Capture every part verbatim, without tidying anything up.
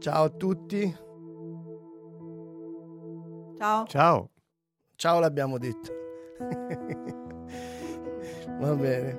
Ciao a tutti. Ciao. Ciao. Ciao l'abbiamo detto. Va bene.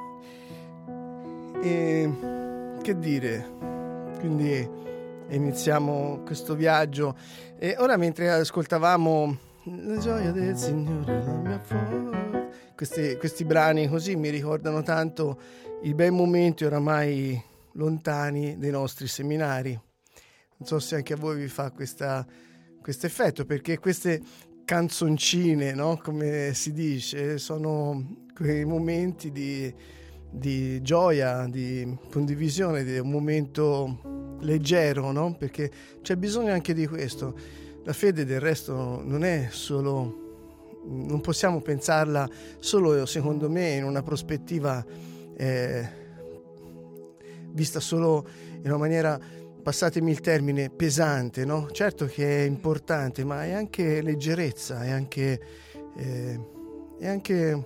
E che dire? Quindi iniziamo questo viaggio e ora mentre ascoltavamo la gioia del Signore, la mia forza, questi, questi brani così mi ricordano tanto i bei momenti oramai lontani dei nostri seminari. Non so se anche a voi vi fa questa questo effetto, perché queste canzoncine, no? Come si dice, sono quei momenti di, di gioia, di condivisione, di un momento leggero, no? Perché c'è bisogno anche di questo. La fede del resto non è solo, non possiamo pensarla solo, secondo me, in una prospettiva eh, vista solo in una maniera, passatemi il termine, pesante, no? Certo che è importante, ma è anche leggerezza, è anche, eh, è anche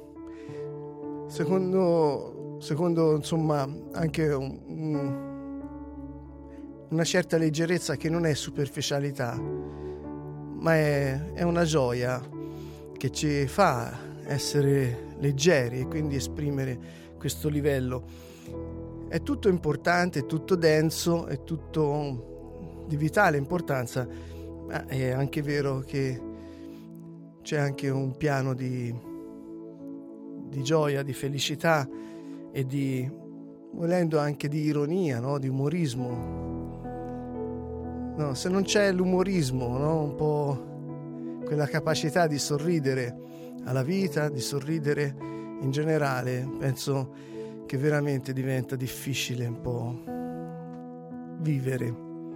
secondo, secondo insomma, anche un, un, una certa leggerezza che non è superficialità, ma è, è una gioia che ci fa essere leggeri e quindi esprimere questo livello. È tutto importante, è tutto denso, è tutto di vitale importanza, ma è anche vero che c'è anche un piano di, di gioia, di felicità e di, volendo anche di ironia, no? Di umorismo. No, se non c'è l'umorismo, no? Un po' quella capacità di sorridere alla vita, di sorridere in generale, penso che veramente diventa difficile un po' vivere.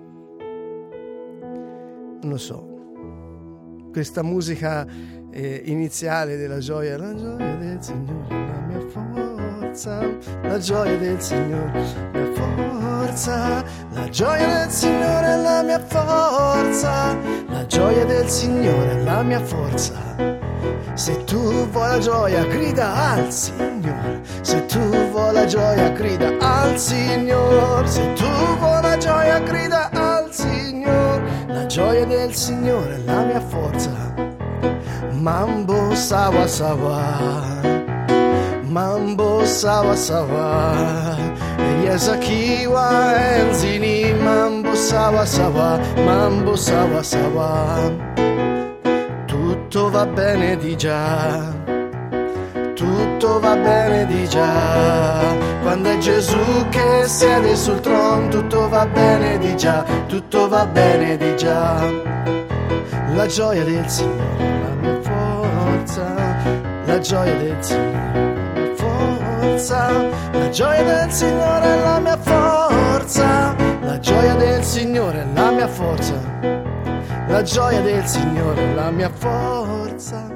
Non lo so. Questa musica eh, iniziale della gioia, la gioia del Signore, la mia forza, la gioia del Signore, la mia forza, la gioia del Signore, la mia forza, la gioia del Signore, la mia forza. Se tu vuoi la gioia, grida al Signore. Se tu vuoi la gioia, grida al Signore. Se tu vuoi la gioia, grida al Signore. La gioia del Signore è la mia forza. Mambo sawa sawa, mambo sawa sawa, Yasakiwa enzini, mambo sawa sawa, mambo sawa sawa. Tutto va bene di già, tutto va bene di già, quando è Gesù che siede sul trono, tutto va bene di già, tutto va bene di già. La gioia del Signore, la mia forza, la gioia del Signore, la mia forza, la gioia del Signore è la mia forza, la gioia del Signore è la mia forza. La gioia del Signore è la mia forza.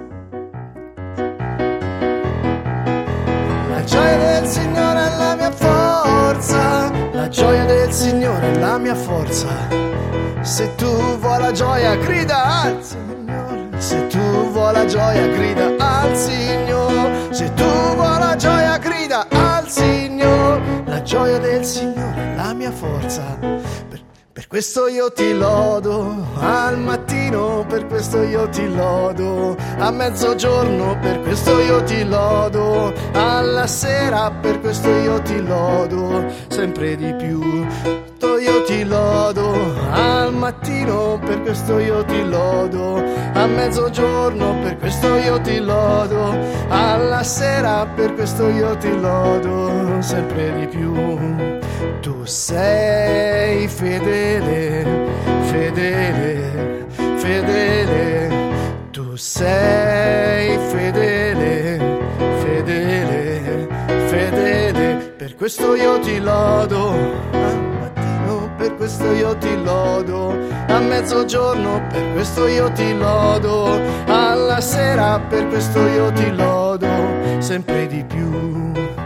La gioia del Signore è la mia forza. La gioia del Signore è la mia forza. Se tu vuoi la gioia, grida al Signore. Se tu vuoi la gioia, grida al Signore. Se tu vuoi la gioia, grida al Signore. La gioia del Signore è la mia forza. Per questo io ti lodo al mattino, per questo io ti lodo a mezzogiorno, per questo io ti lodo alla sera, per questo io ti lodo sempre di più. Io ti lodo al mattino, per questo io ti lodo a mezzogiorno, per questo io ti lodo alla sera, per questo io ti lodo sempre di più. Tu sei fedele, fedele, fedele, tu sei fedele, fedele, fedele, per questo io ti lodo al mattino, per questo io ti lodo a mezzogiorno, per questo io ti lodo alla sera, per questo io ti lodo sempre di più.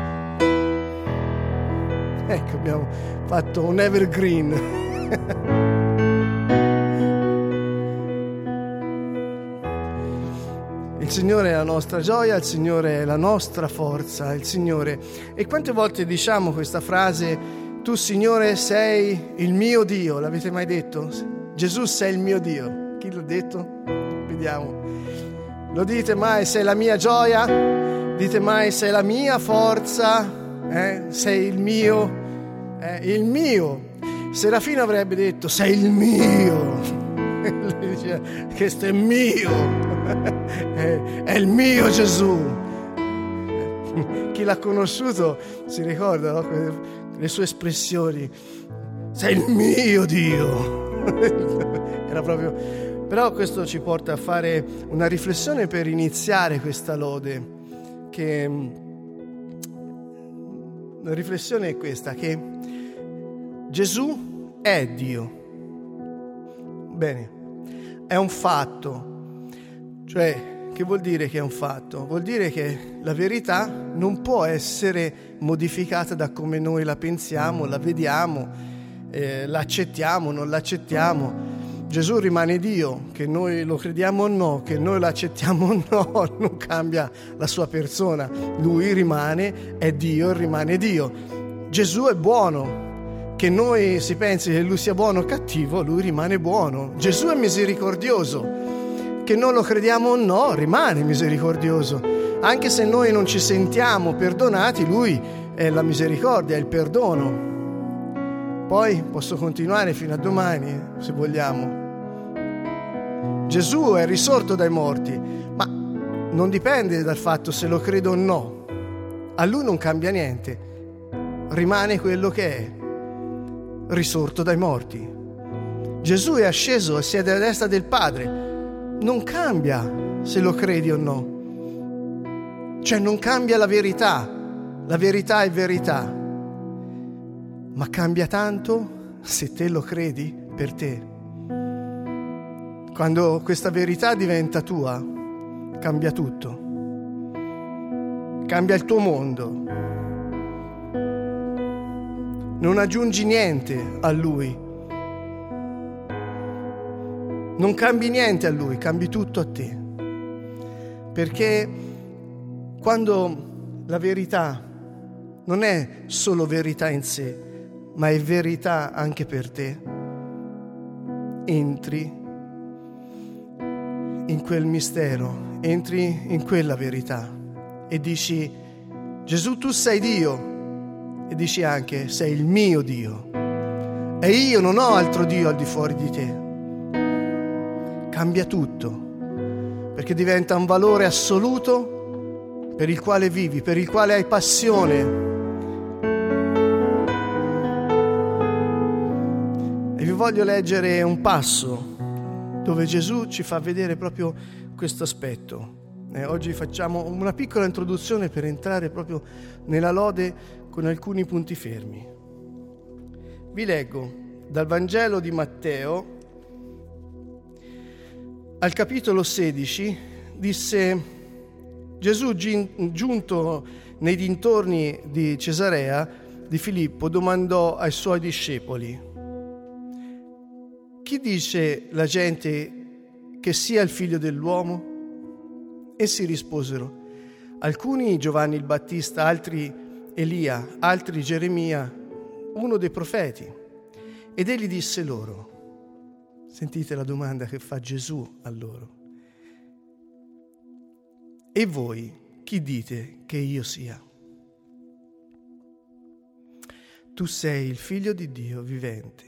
Ecco, abbiamo fatto un evergreen. Il Signore è la nostra gioia, il Signore è la nostra forza, il Signore. E quante volte diciamo questa frase Tu, Signore, sei il mio Dio. L'avete mai detto? Gesù, sei il mio Dio. Chi l'ha detto? Vediamo. Lo dite mai? Sei la mia gioia? Dite mai? Sei la mia forza? Eh? Sei il mio? Eh? Il mio. Serafino avrebbe detto: sei il mio. Lui diceva: questo è mio. È il mio Gesù. Chi l'ha conosciuto si ricorda, no? Le sue espressioni: sei il mio Dio. Era proprio. Però questo ci porta a fare una riflessione per iniziare questa lode, che la riflessione è questa, che Gesù è Dio. Bene, è un fatto. Cioè, che vuol dire che è un fatto? Vuol dire che la verità non può essere modificata da come noi la pensiamo, la vediamo, eh, l'accettiamo, non l'accettiamo. Gesù rimane Dio, che noi lo crediamo o no, che noi lo accettiamo o no, non cambia la sua persona. Lui rimane, è Dio e rimane Dio. Gesù è buono, che noi si pensi che lui sia buono o cattivo, lui rimane buono. Gesù è misericordioso, che non lo crediamo o no, rimane misericordioso. Anche se noi non ci sentiamo perdonati, lui è la misericordia, è il perdono. Poi posso continuare fino a domani, se vogliamo. Gesù è risorto dai morti, ma non dipende dal fatto se lo credo o no. A lui non cambia niente, rimane quello che è, risorto dai morti. Gesù è asceso e siede alla destra del Padre. Non cambia se lo credi o no. Cioè non cambia la verità. La verità è verità. Ma cambia tanto se te lo credi per te. Quando questa verità diventa tua, cambia tutto. Cambia il tuo mondo. Non aggiungi niente a lui. Non cambi niente a lui, cambi tutto a te. Perché quando la verità non è solo verità in sé, ma è verità anche per te, entri in quel mistero, entri in quella verità e dici: Gesù, tu sei Dio, e dici anche: sei il mio Dio e io non ho altro Dio al di fuori di te. Cambia tutto, perché diventa un valore assoluto per il quale vivi, per il quale hai passione. E vi voglio leggere un passo dove Gesù ci fa vedere proprio questo aspetto. Eh, oggi facciamo una piccola introduzione per entrare proprio nella lode con alcuni punti fermi. Vi leggo dal Vangelo di Matteo. Al capitolo sedici disse: Gesù, giunto nei dintorni di Cesarea di Filippo, domandò ai suoi discepoli: chi dice la gente che sia il figlio dell'uomo? Essi risposero: alcuni Giovanni il Battista, altri Elia, altri Geremia, uno dei profeti. Ed egli disse loro: sentite la domanda che fa Gesù a loro: e voi chi dite che io sia? Tu sei il figlio di Dio vivente.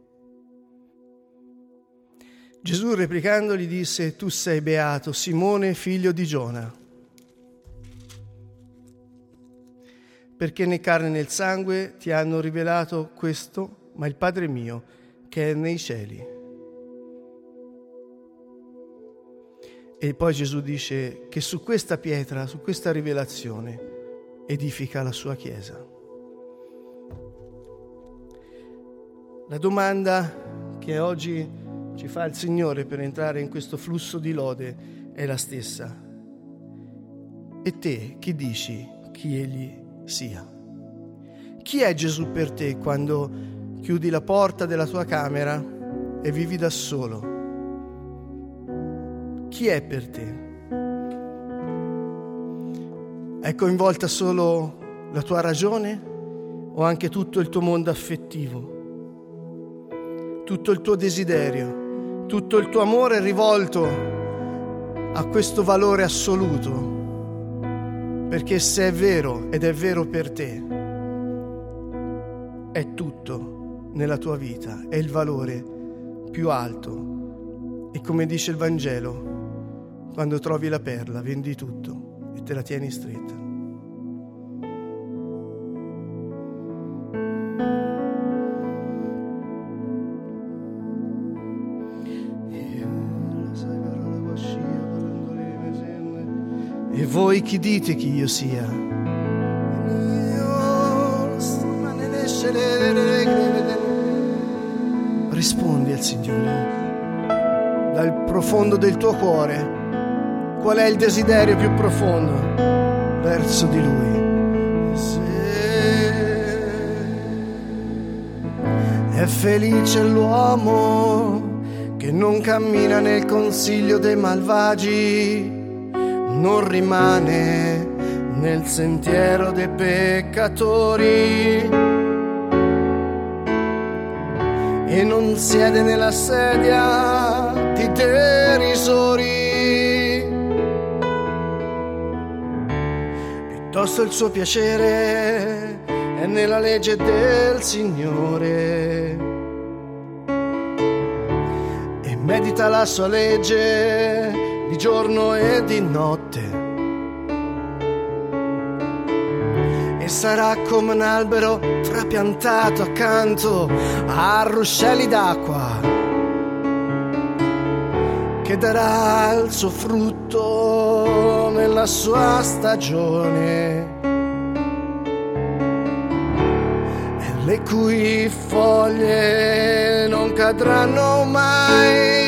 Gesù replicando gli disse: tu sei beato, Simone, figlio di Giona, perché né carne né il sangue ti hanno rivelato questo, ma il Padre mio che è nei cieli. E poi Gesù dice che su questa pietra, su questa rivelazione, edifica la sua Chiesa. La domanda che oggi ci fa il Signore per entrare in questo flusso di lode è la stessa. E te chi dici chi Egli sia? Chi è Gesù per te quando chiudi la porta della tua camera e vivi da solo? Chi è per te? È coinvolta solo la tua ragione o anche tutto il tuo mondo affettivo, tutto il tuo desiderio, tutto il tuo amore rivolto a questo valore assoluto, perché se è vero ed è vero per te, è tutto nella tua vita, è il valore più alto. E come dice il Vangelo, quando trovi la perla, vendi tutto e te la tieni stretta. E voi chi dite che io sia? Rispondi al Signore dal profondo del tuo cuore. Qual è il desiderio più profondo verso di Lui? Se è felice l'uomo che non cammina nel consiglio dei malvagi, non rimane nel sentiero dei peccatori e non siede nella sedia di derisori. Piuttosto il suo piacere è nella legge del Signore e medita la sua legge di giorno e di notte, e sarà come un albero trapiantato accanto a ruscelli d'acqua, che darà il suo frutto nella sua stagione, e le cui foglie non cadranno mai.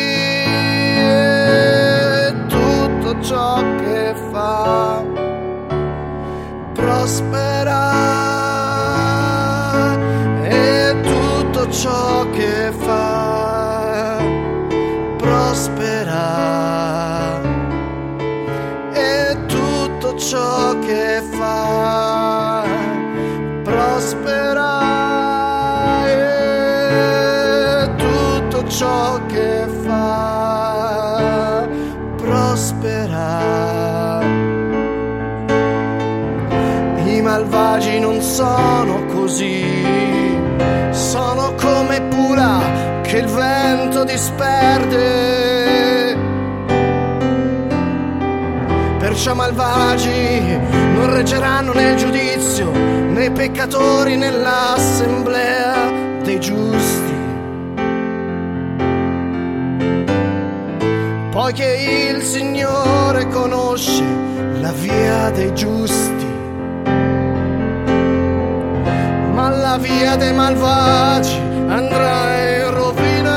Ciò che fa prospera, e tutto ciò che fa prospera, e tutto ciò che fa prospera, e tutto ciò che fa prospera. I malvagi non sono così, sono come pula che il vento disperde. Perciò malvagi non reggeranno nel giudizio, né peccatori nell'assemblea dei giusti. Poiché il Signore conosce la via dei giusti, ma la via dei malvagi andrà in rovina.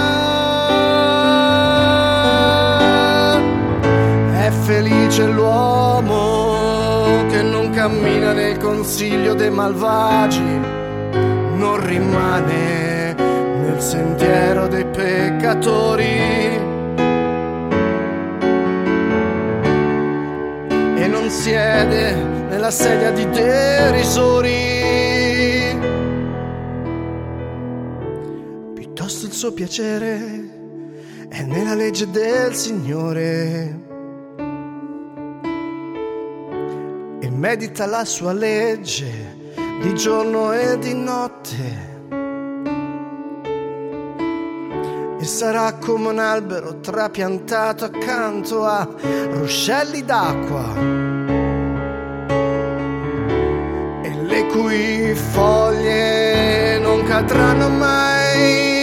È felice l'uomo che non cammina nel consiglio dei malvagi, non rimane nel sentiero dei peccatori, non siede nella sedia di derisori. Piuttosto il suo piacere è nella legge del Signore e medita la sua legge di giorno e di notte, e sarà come un albero trapiantato accanto a ruscelli d'acqua, le cui foglie non cadranno mai,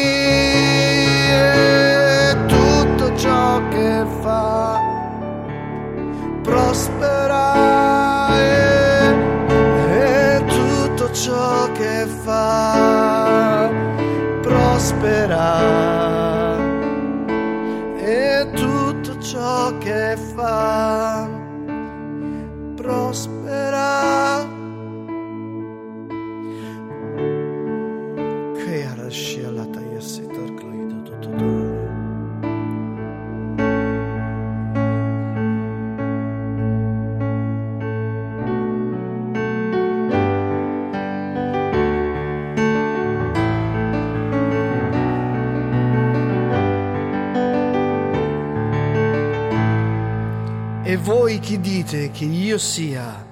e tutto ciò che fa prospera, e, e tutto ciò che fa prospera, e tutto ciò che fa prospera. E voi chi dite che io sia?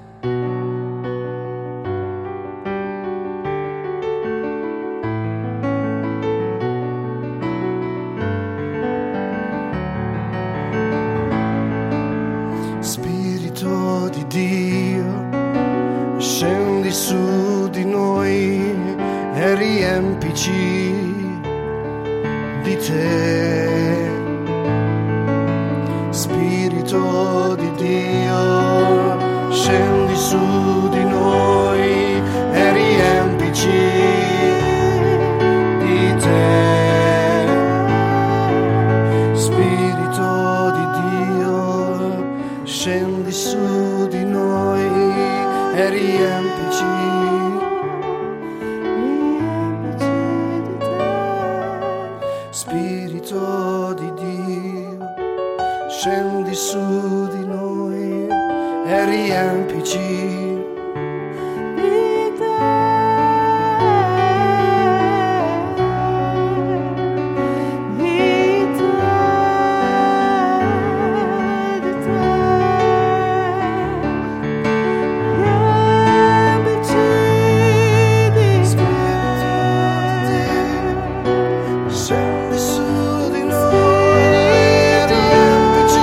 Spirito di Dio, scendi su di noi e riempici di te. Spirito di Dio, scendi su di noi e riempici di te. Spirito di Dio, scendi su di noi e riempici. Spirito di Dio, scendi su di noi e riempici di te. Di te, di te. Riempici di Spirito di Dio, scendi su di noi e riempici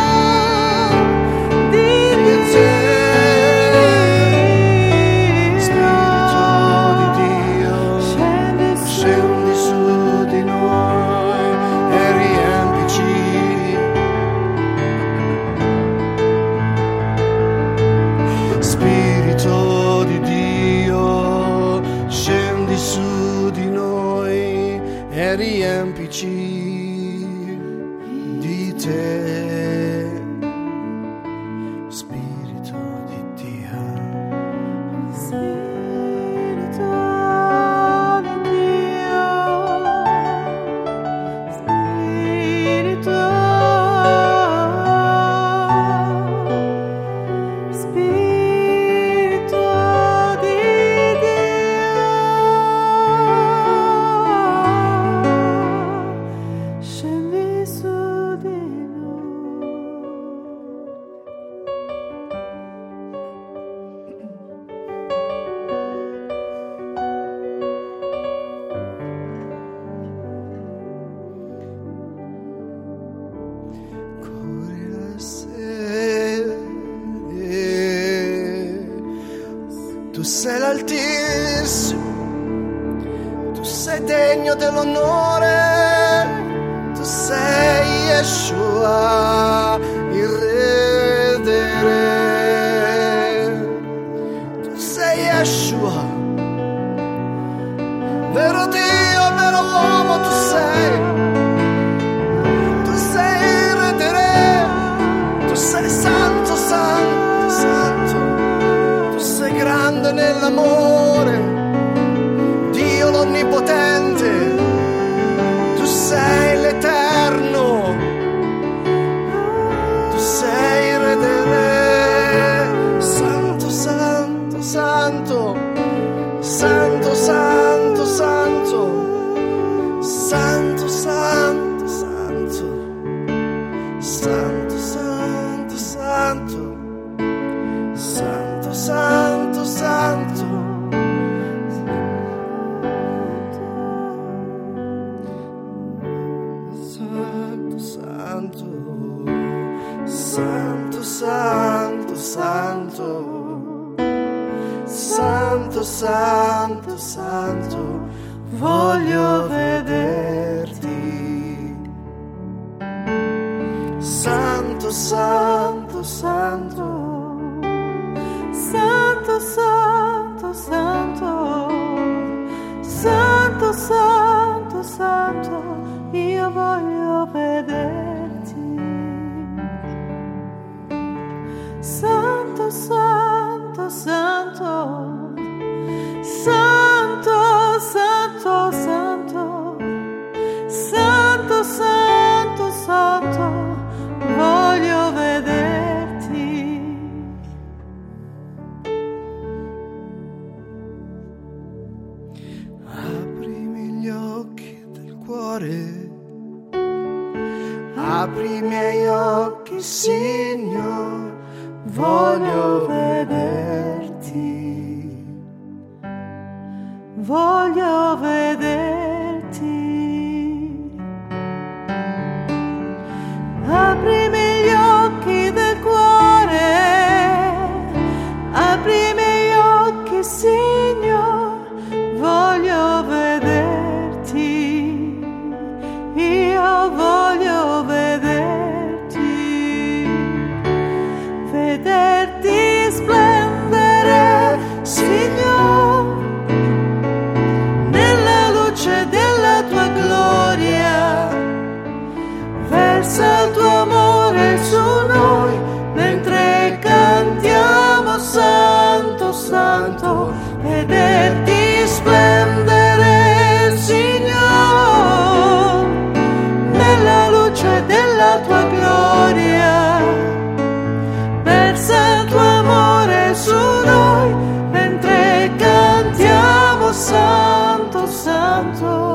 di te. Spirito di Dio, scendi su di noi e riempici. Spirito di Dio, scendi su di noi e riempici di te. Spirito di Dio, Spirito di Dio, Spirito, Spirito di Dio, scendi su di noi. Corri la sede, tu sei l'Altissimo, tu sei degno dell'onore, tu sei Yeshua, il Re dei Re. Tu sei Yeshua, vero Dio, vero uomo, tu sei. Tu sei il Re dei Re, tu sei santo, santo, santo. Tu sei grande nell'amore, Dio l'onnipotente. Tu sei l'Eterno, tu sei il Re dei Re. Santo, santo, santo, santo, santo, santo. Santo, santo, santo, santo, santo, santo, santo, santo, santo, santo, santo, santo, santo, santo, santo, santo, voglio vederti. Santo, santo, santo, santo, santo, santo, santo, santo, santo, io voglio vederti. Santo, santo, santo, santo, santo, santo, santo, santo, santo, voglio vederti. Aprimi gli occhi del cuore, apri i miei occhi, Signore, voglio vederti, voglio vederti. Aprimi gli occhi del cuore, aprimi gli occhi, Signore, voglio vederti, io voglio vederti, vederti splendere, Signore, nella luce della tua gloria. Versa il tuo amore su noi mentre cantiamo Santo, Santo, vederti splendere, Signore, nella luce della tua gloria. Versa il tuo amore su noi mentre cantiamo Santo, Santo.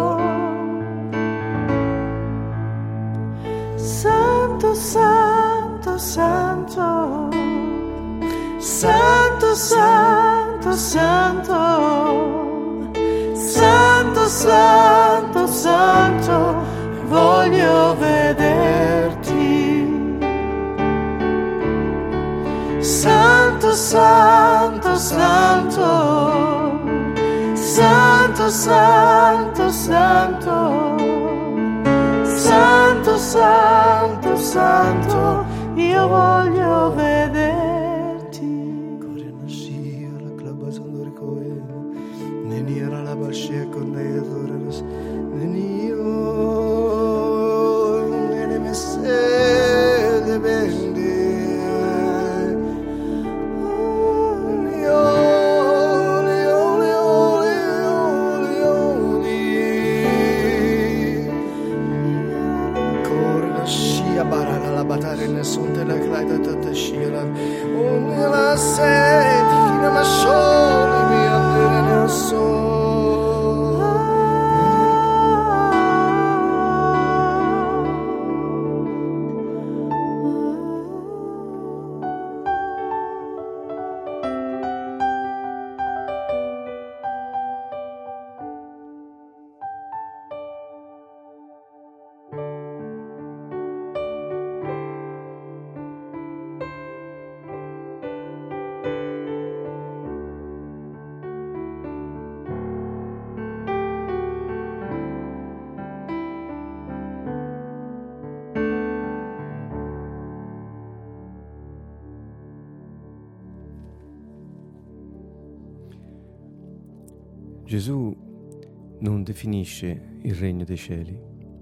Santo, Santo, Santo, Santo, Santo, Santo, Santo, Santo, Santo, voglio vederti. Santo, Santo, Santo, Santo, Santo, Santo, Santo, Santo, Santo, io voglio vederti. Correndo sì, alla club sono ricogliere, neni era la bascia con lei adora, neni io, nene me se de bendi, batare nessun te la claida tutta scira ogni la senti fino a mascioli mi andare nel sole. Gesù non definisce il regno dei cieli,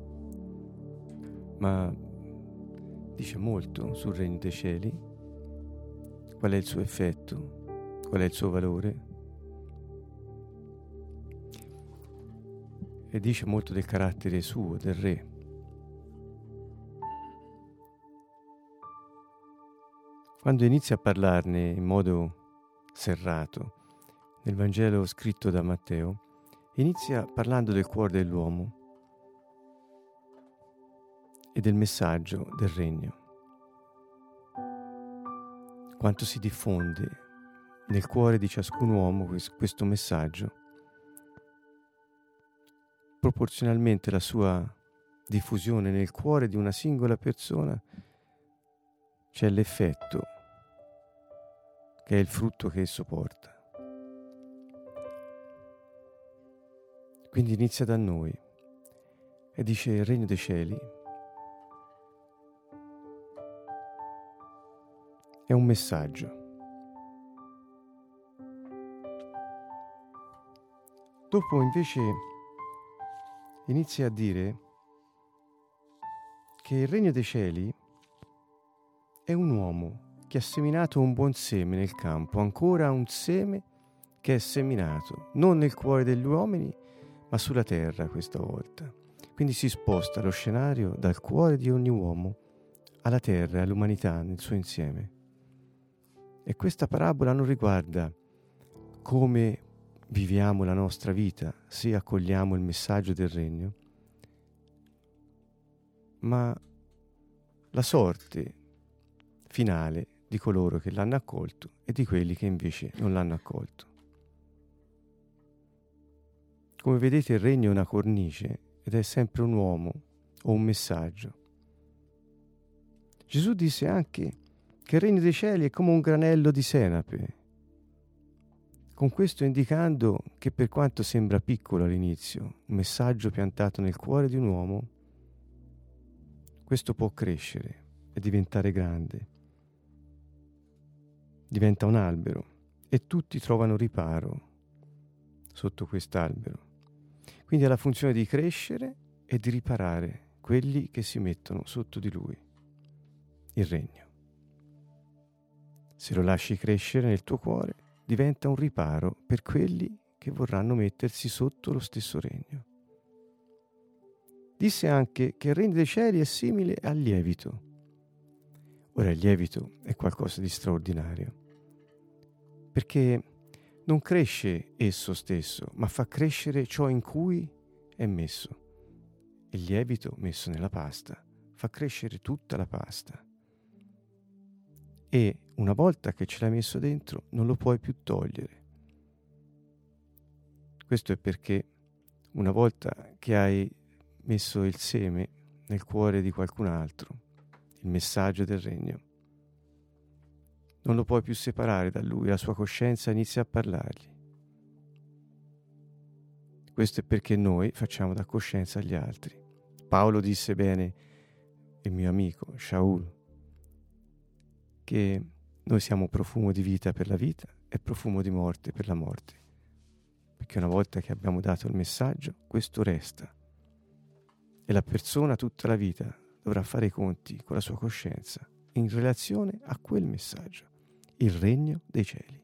ma dice molto sul regno dei cieli, qual è il suo effetto, qual è il suo valore, e dice molto del carattere suo, del re. Quando inizia a parlarne in modo serrato, nel Vangelo scritto da Matteo, inizia parlando del cuore dell'uomo e del messaggio del regno. Quanto si diffonde nel cuore di ciascun uomo questo messaggio, proporzionalmente alla sua diffusione nel cuore di una singola persona c'è l'effetto che è il frutto che esso porta. Quindi inizia da noi e dice: il regno dei cieli è un messaggio. Dopo invece inizia a dire che il regno dei cieli è un uomo che ha seminato un buon seme nel campo, ancora un seme che è seminato non nel cuore degli uomini, ma sulla terra questa volta. Quindi si sposta lo scenario dal cuore di ogni uomo alla terra e all'umanità nel suo insieme. E questa parabola non riguarda come viviamo la nostra vita se accogliamo il messaggio del regno, ma la sorte finale di coloro che l'hanno accolto e di quelli che invece non l'hanno accolto. Come vedete, il regno è una cornice ed è sempre un uomo o un messaggio. Gesù disse anche che il regno dei cieli è come un granello di senape, con questo indicando che per quanto sembra piccolo all'inizio, un messaggio piantato nel cuore di un uomo, questo può crescere e diventare grande. Diventa un albero e tutti trovano riparo sotto quest'albero. Quindi ha la funzione di crescere e di riparare quelli che si mettono sotto di lui, il regno. Se lo lasci crescere nel tuo cuore, diventa un riparo per quelli che vorranno mettersi sotto lo stesso regno. Disse anche che il regno dei cieli è simile al lievito. Ora il lievito è qualcosa di straordinario, perché non cresce esso stesso, ma fa crescere ciò in cui è messo. Il lievito messo nella pasta fa crescere tutta la pasta. E una volta che ce l'hai messo dentro non lo puoi più togliere. Questo è perché una volta che hai messo il seme nel cuore di qualcun altro, il messaggio del regno, non lo puoi più separare da lui, la sua coscienza inizia a parlargli. Questo è perché noi facciamo da coscienza agli altri. Paolo disse bene, il mio amico Shaul, che noi siamo profumo di vita per la vita e profumo di morte per la morte. Perché una volta che abbiamo dato il messaggio, questo resta. E la persona tutta la vita dovrà fare i conti con la sua coscienza in relazione a quel messaggio, il regno dei cieli.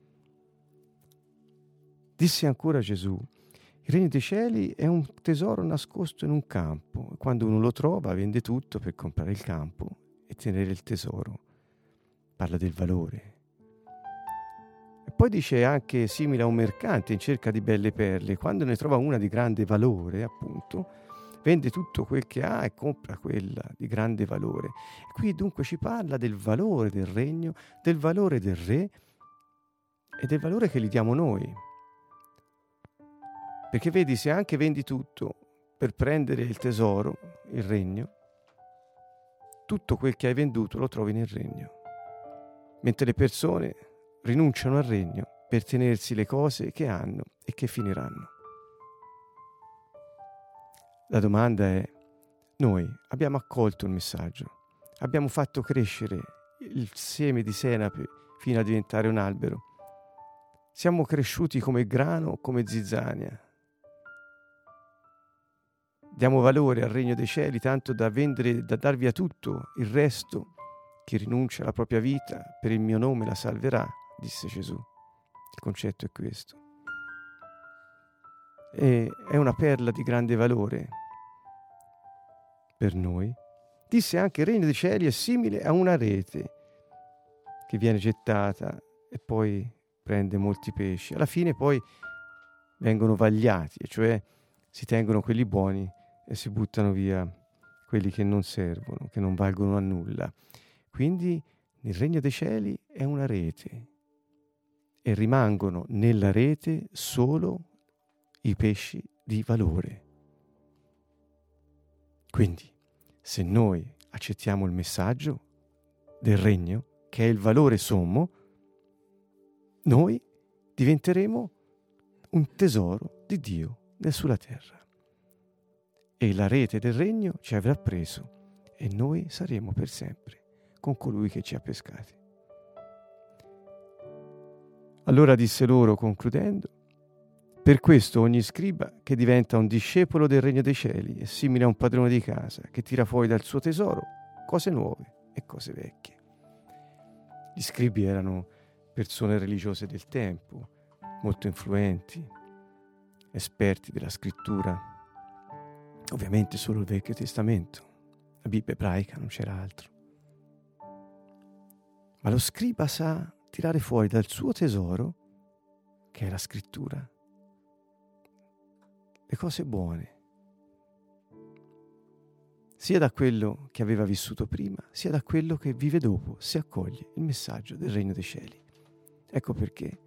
Disse ancora Gesù, il regno dei cieli è un tesoro nascosto in un campo. Quando uno lo trova, vende tutto per comprare il campo e tenere il tesoro. Parla del valore. E poi dice anche simile a un mercante in cerca di belle perle. Quando ne trova una di grande valore, appunto, vende tutto quel che ha e compra quella di grande valore. E qui dunque ci parla del valore del regno, del valore del re e del valore che gli diamo noi. Perché vedi, se anche vendi tutto per prendere il tesoro, il regno, tutto quel che hai venduto lo trovi nel regno. Mentre le persone rinunciano al regno per tenersi le cose che hanno e che finiranno. La domanda è, noi abbiamo accolto il messaggio, abbiamo fatto crescere il seme di senape fino a diventare un albero, siamo cresciuti come grano o come zizzania, diamo valore al regno dei cieli tanto da vendere, da dar via tutto il resto. Chi rinuncia alla propria vita per il mio nome la salverà, disse Gesù. Il concetto è questo. E è una perla di grande valore per noi. Disse anche il regno dei cieli è simile a una rete che viene gettata e poi prende molti pesci. Alla fine poi vengono vagliati, cioè si tengono quelli buoni e si buttano via quelli che non servono, che non valgono a nulla. Quindi il regno dei cieli è una rete e rimangono nella rete solo i pesci di valore. Quindi, se noi accettiamo il messaggio del regno, che è il valore sommo, noi diventeremo un tesoro di Dio sulla terra. E la rete del regno ci avrà preso e noi saremo per sempre con colui che ci ha pescati. Allora disse loro, concludendo, per questo ogni scriba che diventa un discepolo del regno dei cieli è simile a un padrone di casa che tira fuori dal suo tesoro cose nuove e cose vecchie. Gli scribi erano persone religiose del tempo, molto influenti, esperti della scrittura, ovviamente solo il Vecchio Testamento, la Bibbia ebraica, non c'era altro. Ma lo scriba sa tirare fuori dal suo tesoro, che è la scrittura, le cose buone. sia da quello che aveva vissuto prima, sia da quello che vive dopo, se accoglie il messaggio del Regno dei Cieli. Ecco perché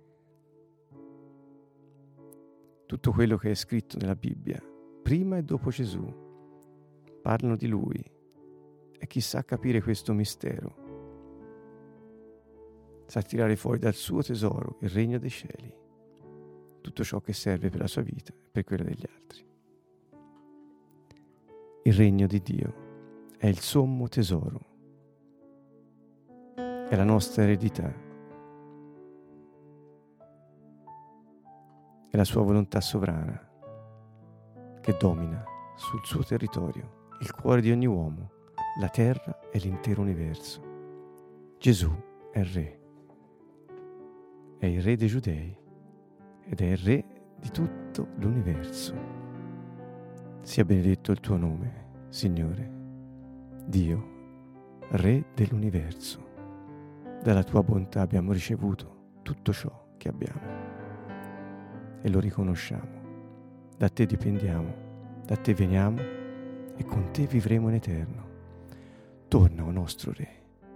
tutto quello che è scritto nella Bibbia, prima e dopo Gesù, parlano di Lui, e chi sa capire questo mistero sa tirare fuori dal suo tesoro, il Regno dei Cieli, tutto ciò che serve per la sua vita e per quella degli altri. Il Regno di Dio è il sommo tesoro, è la nostra eredità, è la sua volontà sovrana che domina sul suo territorio il cuore di ogni uomo, la terra e l'intero universo. Gesù è il Re, è il Re dei Giudei ed è il Re di tutto l'universo. Sia benedetto il tuo nome, Signore, Dio, Re dell'universo. Dalla tua bontà abbiamo ricevuto tutto ciò che abbiamo e lo riconosciamo. Da te dipendiamo, da te veniamo e con te vivremo in eterno. Torna, o nostro Re.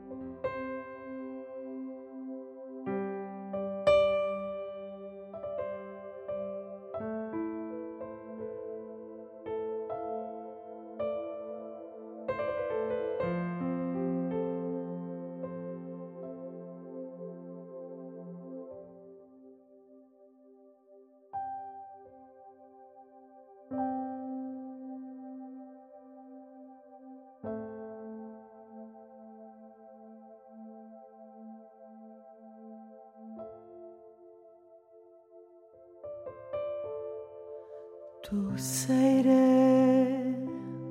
Tu sei Re,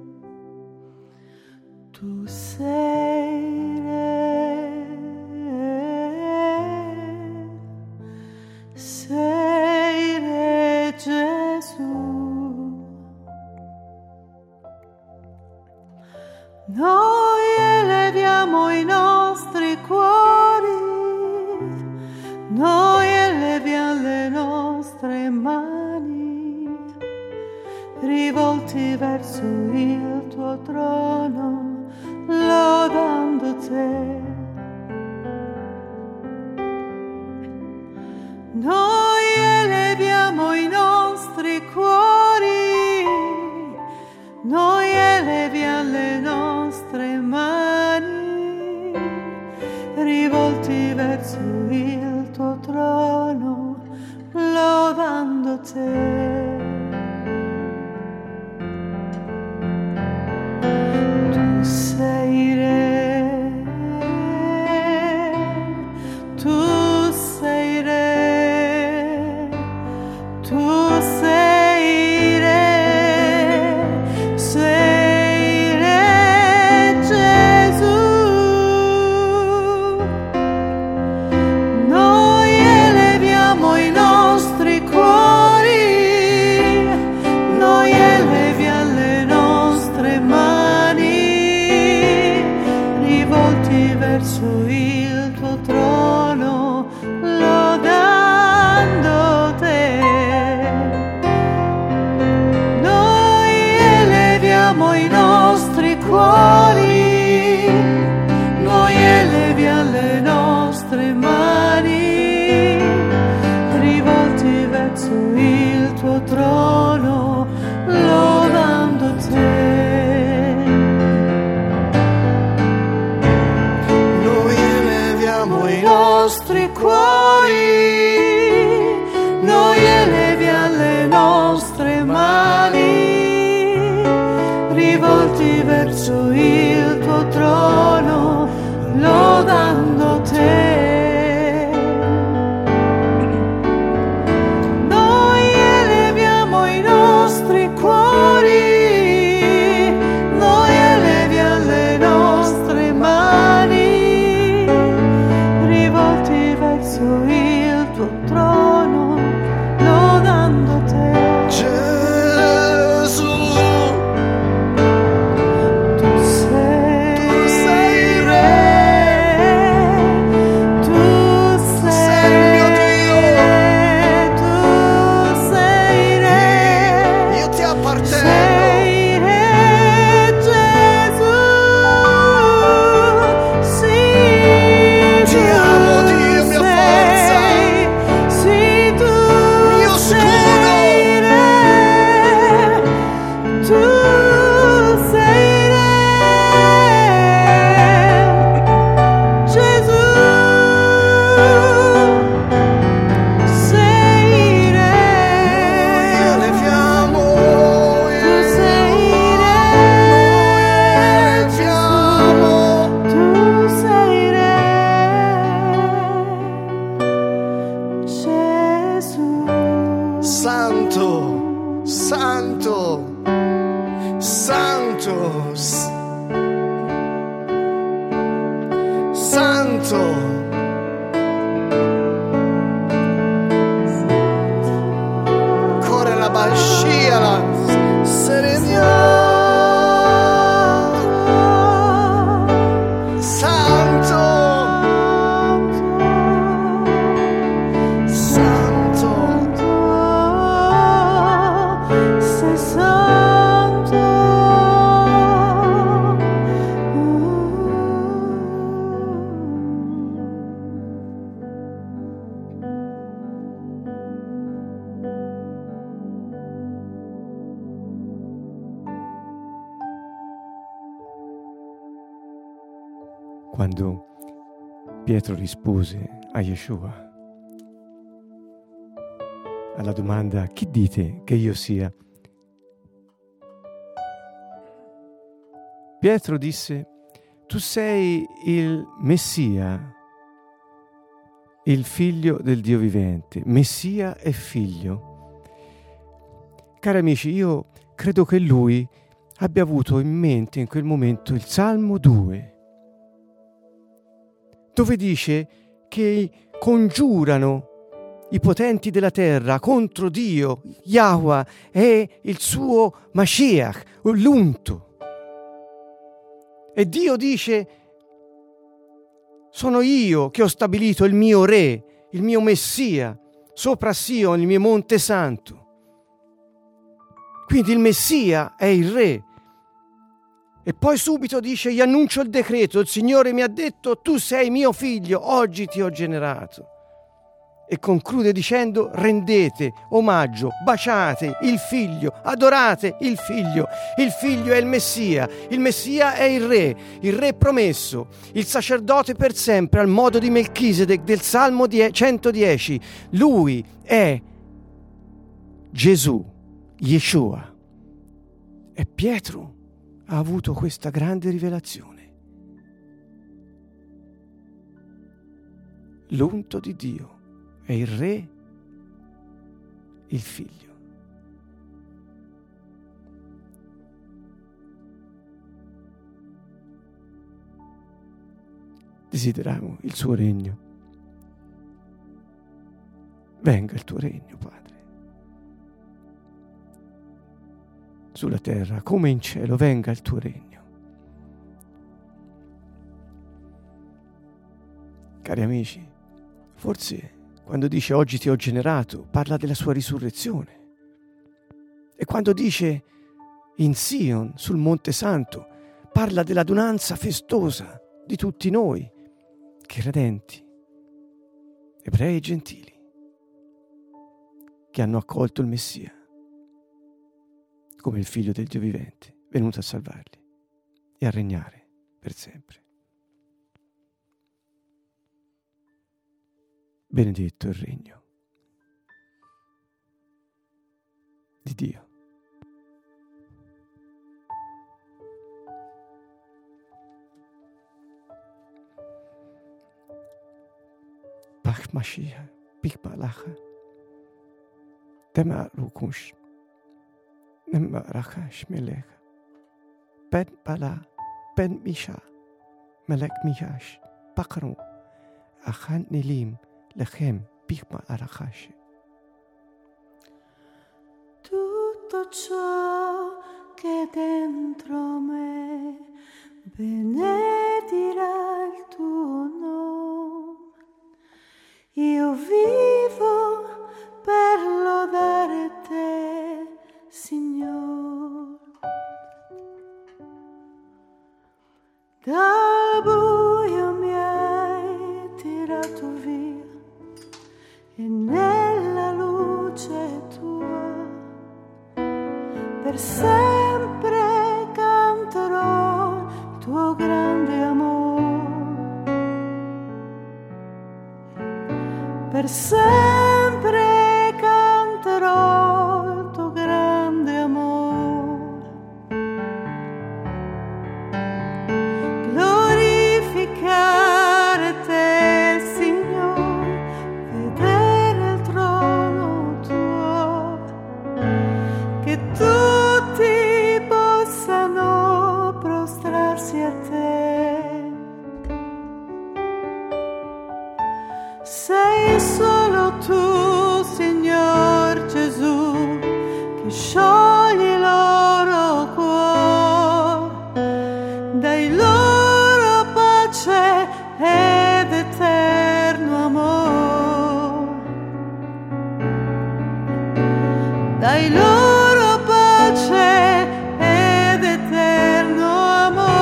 tu sei Re, sei Re Gesù. Noi eleviamo i nostri cuori, noi eleviamo le nostre mani, rivolti verso il tuo trono, lodando te. Noi eleviamo i nostri cuori, noi eleviamo le nostre mani, rivolti verso il tuo trono, lodando te. Tu sei Re, tu sei Re, tu sei Re, sei Re Gesù. Noi eleviamo i nostri cuori, noi eleviamo le nostre mani, rivolti verso il tuo trono, lodando te. Noi eleviamo i nostri cuori, noi eleviamo le nostre mani, rivolti verso il tuo trono, lodando te. I nostri cuori, noi eleviamo le nostre mani, rivolti verso il tuo trono, lodando te. Noi eleviamo i nostri cuori, noi eleviamo le nostre mani, verso il tuo santo. Basciala, Serenia, Santo, Santo, sei santo. Quando Pietro rispose a Yeshua alla domanda chi dite che io sia, Pietro disse: tu sei il Messia, il figlio del Dio vivente. Messia e figlio. Cari amici, io credo che lui abbia avuto in mente in quel momento il Salmo due, dove dice che congiurano i potenti della terra contro Dio, Yahweh e il suo Mashiach, l'unto. E Dio dice: sono io che ho stabilito il mio re, il mio Messia, sopra Sion, il mio monte santo. Quindi il Messia è il re. E poi subito dice: gli annuncio il decreto, il Signore mi ha detto tu sei mio figlio, oggi ti ho generato. E conclude dicendo: rendete omaggio, baciate il figlio, adorate il figlio. Il figlio è il Messia, il Messia è il re, il re promesso, il sacerdote per sempre al modo di Melchisedec del Salmo centodieci. Lui è Gesù, Yeshua. E Pietro ha avuto questa grande rivelazione. L'unto di Dio è il re, il figlio. Desideriamo il suo regno. Venga il tuo regno, Padre, sulla terra come in cielo. Venga il tuo regno. Cari amici, forse quando dice oggi ti ho generato parla della sua risurrezione, e quando dice in Sion, sul Monte Santo, parla dell'adunanza festosa di tutti noi credenti, ebrei e gentili, che hanno accolto il Messia come il figlio del Dio vivente, venuto a salvarli e a regnare per sempre. Benedetto il regno di Dio. Bach Mashiach, Big Balacha, Tema Rukush, Nema Rakash Melech, Ben Bala, Ben Misha, Melech Mihash, Bakru, Achan Nilim, Lechem, Bigma Arakash. Tutto ciò che dentro me benedirà il tuo nome. Io vivo per lodare te, Signore. Dal buio mi hai tirato via e nella luce tua per sempre canterò il tuo grande amore. Per sempre canterò il tuo grande amore. Glorificare te, Signore, vedere il trono tuo, che tutti possano prostrarsi a te. Sei solo tu, Signor Gesù, che sciogli il loro cuore, dai loro pace ed eterno amore, dai loro pace ed eterno amore.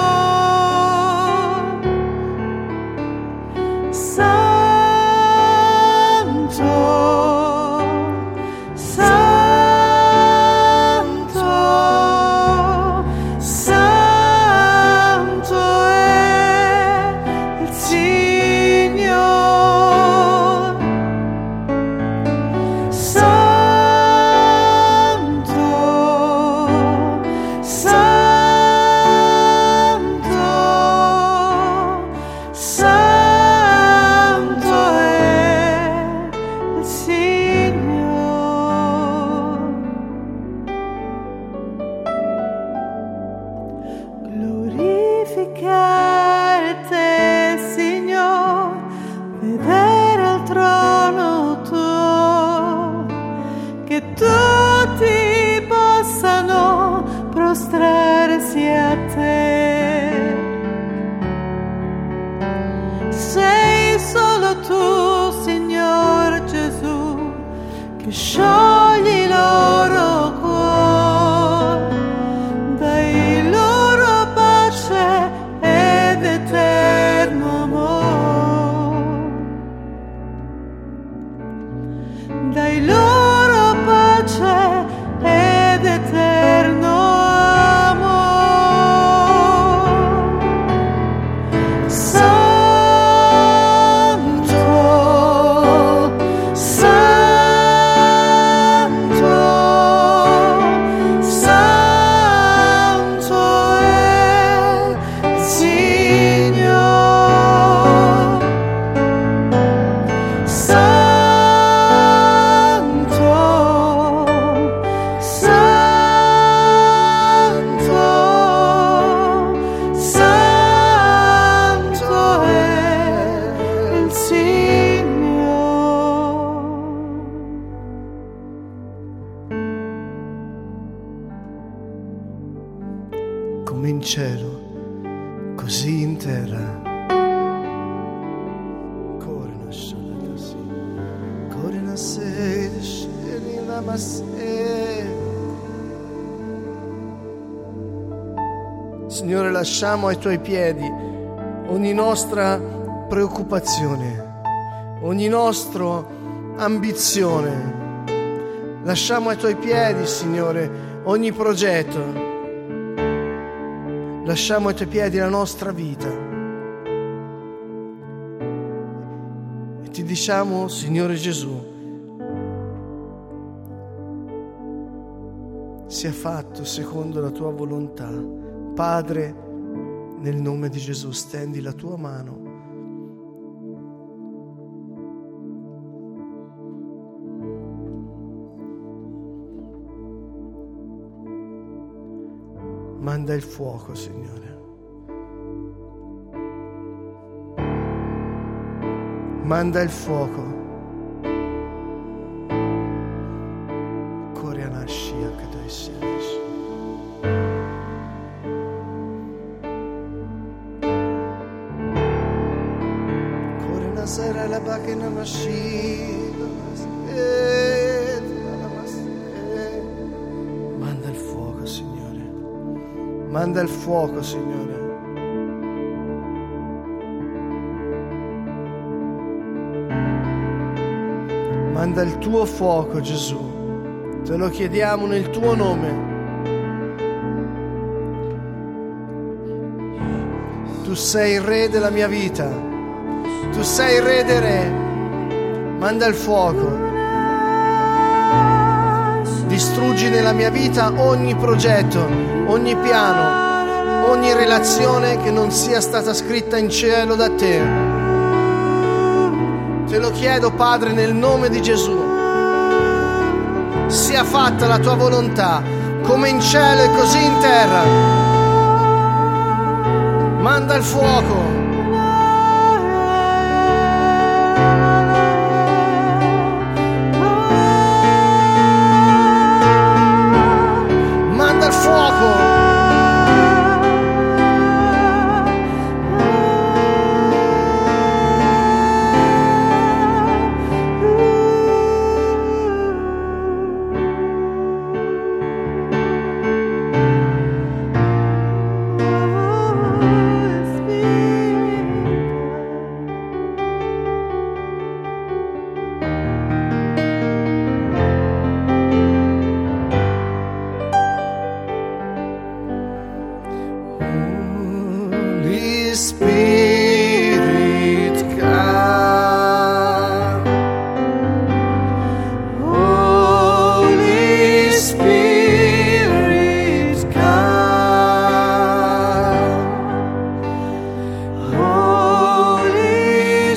Glorificare te, Signor, vedere al trono tuo, che tutti possano prostrarsi a te. Sei solo tu, Signor Gesù, che sciogli i loro cuori, dai loro pace ed eterno amore, dai loro pace ed eterno amore. Santo, Santo, Santo è il Signore. Santo, Santo, Santo è il Signore. Come in cielo, così in terra. Corna sciolata, corna sede, scegli la masse. Signore, lasciamo ai tuoi piedi ogni nostra preoccupazione, ogni nostra ambizione. Lasciamo ai tuoi piedi, Signore, ogni progetto. Lasciamo ai tuoi piedi la nostra vita e ti diciamo, Signore Gesù, sia fatto secondo la tua volontà. Padre, nel nome di Gesù, stendi la tua mano. Manda il fuoco, Signore. Manda il fuoco. Koreanashia Kadaisianish. Koreanasera la bakena mashida. Manda il fuoco, Signore. Manda il fuoco, Signore. Manda il tuo fuoco, Gesù. Te lo chiediamo nel tuo nome. Tu sei il re della mia vita. Tu sei il re dei re. Manda il fuoco. Distruggi nella mia vita ogni progetto, ogni piano, ogni relazione che non sia stata scritta in cielo da te. Te lo chiedo, Padre, nel nome di Gesù. Sia fatta la tua volontà, come in cielo e così in terra. Manda il fuoco.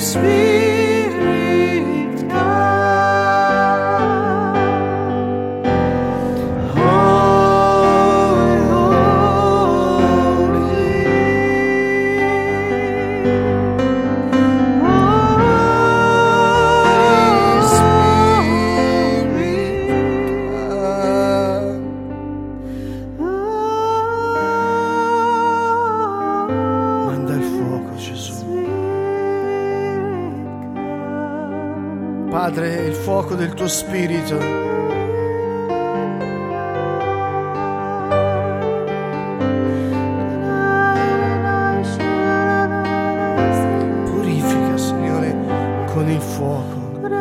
Spirit, come. Holy, holy. Holy Spirit, Manda il fuoco, Gesù. Padre, il fuoco del tuo spirito purifica, Signore, con il fuoco.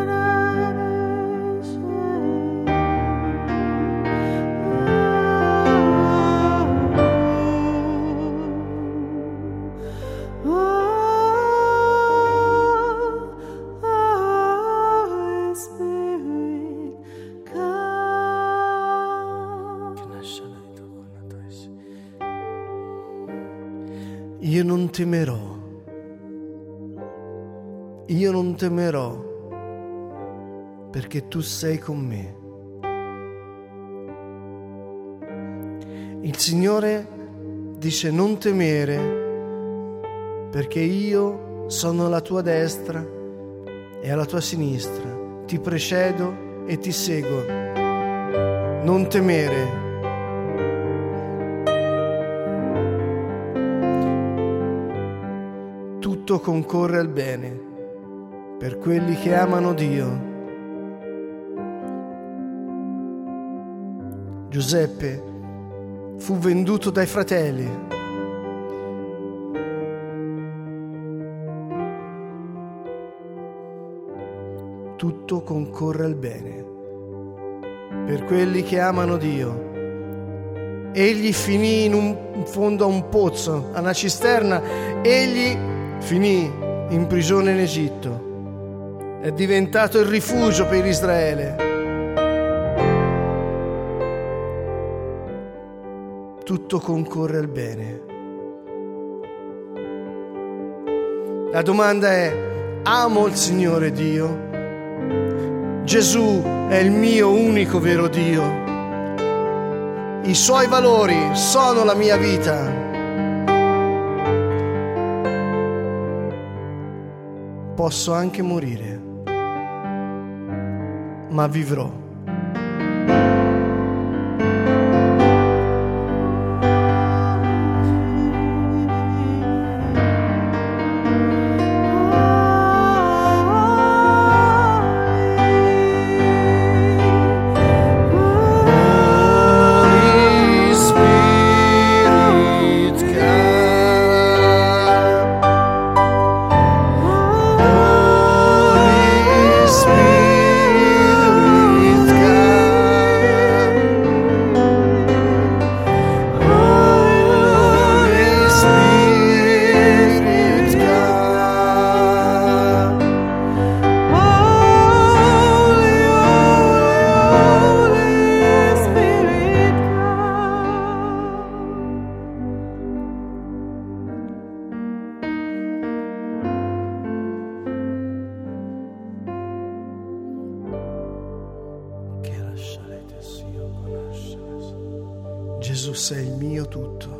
Holy Spirit, come. Io non temerò, io non temerò, perché tu sei con me. Il Signore dice: non temere, perché io sono alla tua destra e alla tua sinistra, ti precedo e ti seguo. Non temere. Tutto concorre al bene per quelli che amano Dio. Giuseppe fu venduto dai fratelli. Tutto concorre al bene per quelli che amano Dio. Egli finì in, un, in fondo a un pozzo, a una cisterna. Egli finì in prigione in Egitto. È diventato il rifugio per Israele. Tutto concorre al bene. La domanda è: amo il Signore Dio? Gesù è il mio unico vero Dio. I suoi valori sono la mia vita. Posso anche morire, ma vivrò. Gesù, sei il mio tutto.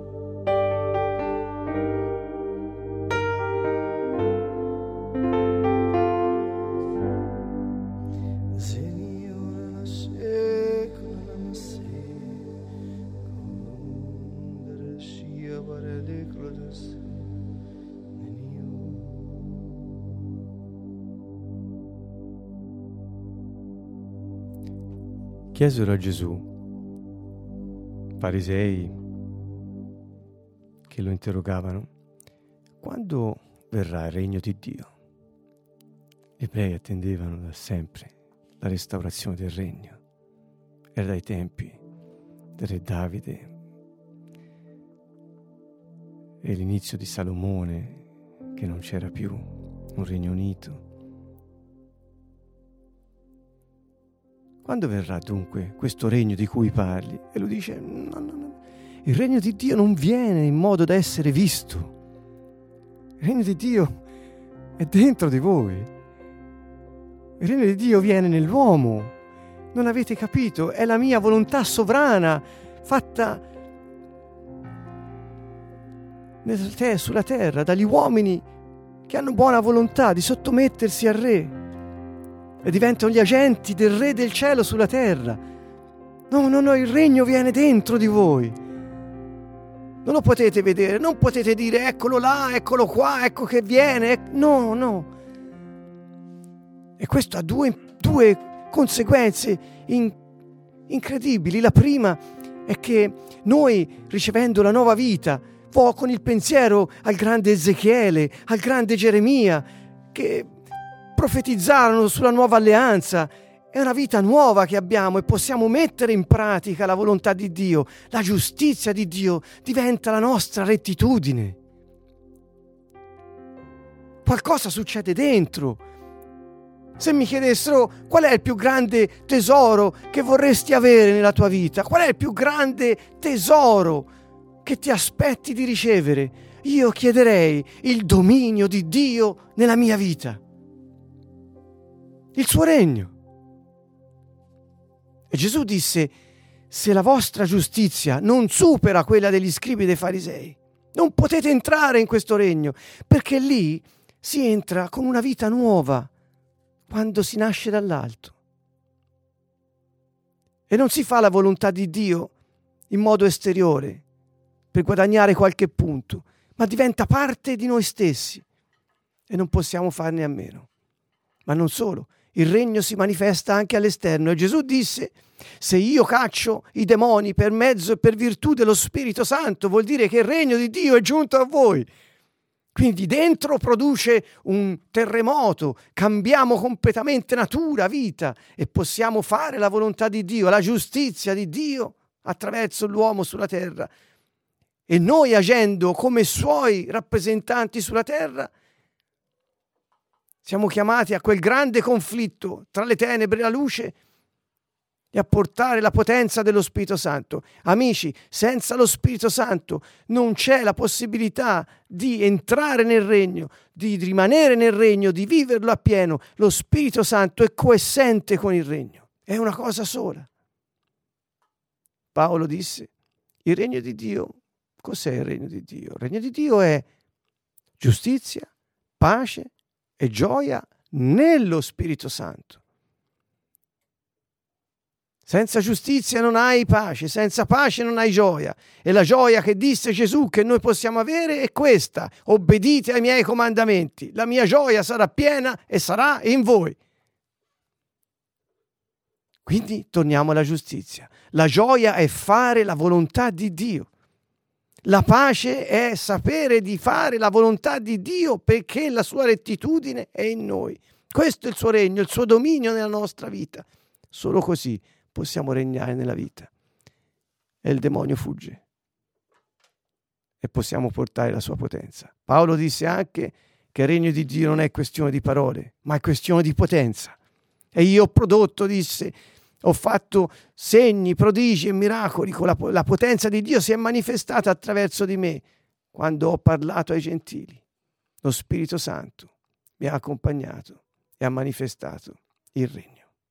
Chiesero a Gesù, farisei che lo interrogavano, quando verrà il regno di Dio? Gli ebrei attendevano da sempre la restaurazione del regno. Era dai tempi del re Davide e l'inizio di Salomone, che non c'era più un regno unito. Quando verrà dunque questo regno di cui parli? E lui dice: no, no, no. Il regno di Dio non viene in modo da essere visto. Il regno di Dio è dentro di voi. Il regno di Dio viene nell'uomo. Non avete capito? È la mia volontà sovrana, fatta sulla terra, dagli uomini che hanno buona volontà di sottomettersi al Re e diventano gli agenti del Re del cielo sulla terra. No, no, no, il regno viene dentro di voi. Non lo potete vedere, non potete dire eccolo là, eccolo qua, ecco che viene. No, no. E questo ha due, due conseguenze in, incredibili. La prima è che noi, ricevendo la nuova vita, con il pensiero al grande Ezechiele, al grande Geremia, che profetizzarono sulla nuova alleanza, è una vita nuova che abbiamo e possiamo mettere in pratica la volontà di Dio. La giustizia di Dio diventa la nostra rettitudine. Qualcosa succede dentro. Se mi chiedessero qual è il più grande tesoro che vorresti avere nella tua vita, qual è il più grande tesoro che ti aspetti di ricevere, io chiederei il dominio di Dio nella mia vita, il suo regno. E Gesù disse: se la vostra giustizia non supera quella degli scribi e dei farisei, non potete entrare in questo regno, perché lì si entra con una vita nuova quando si nasce dall'alto. E non si fa la volontà di Dio in modo esteriore per guadagnare qualche punto, ma diventa parte di noi stessi e non possiamo farne a meno. Ma non solo, il regno si manifesta anche all'esterno e Gesù disse: se io caccio i demoni per mezzo e per virtù dello Spirito Santo, vuol dire che il regno di Dio è giunto a voi. Quindi dentro produce un terremoto, cambiamo completamente natura, vita e possiamo fare la volontà di Dio, la giustizia di Dio attraverso l'uomo sulla terra. E noi, agendo come suoi rappresentanti sulla terra, siamo chiamati a quel grande conflitto tra le tenebre e la luce e a portare la potenza dello Spirito Santo. Amici, senza lo Spirito Santo non c'è la possibilità di entrare nel regno, di rimanere nel regno, di viverlo appieno. Lo Spirito Santo è coessente con il regno, è una cosa sola. Paolo disse: il regno di Dio, cos'è il regno di Dio? Il regno di Dio è giustizia, pace e gioia nello Spirito Santo. Senza giustizia non hai pace, senza pace non hai gioia. E la gioia che disse Gesù che noi possiamo avere è questa: obbedite ai miei comandamenti, la mia gioia sarà piena e sarà in voi. Quindi torniamo alla giustizia. La gioia è fare la volontà di Dio. La pace è sapere di fare la volontà di Dio perché la sua rettitudine è in noi. Questo è il suo regno, il suo dominio nella nostra vita. Solo così possiamo regnare nella vita e il demonio fugge e possiamo portare la sua potenza. Paolo disse anche che il regno di Dio non è questione di parole, ma è questione di potenza. E io ho prodotto, disse, ho fatto segni, prodigi e miracoli, con la, la potenza di Dio si è manifestata attraverso di me quando ho parlato ai gentili. Lo Spirito Santo mi ha accompagnato e ha manifestato il regno.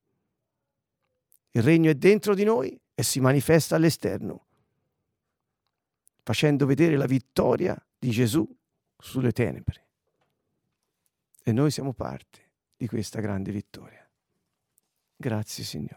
Il regno è dentro di noi e si manifesta all'esterno, facendo vedere la vittoria di Gesù sulle tenebre. E noi siamo parte di questa grande vittoria. Grazie, Signore.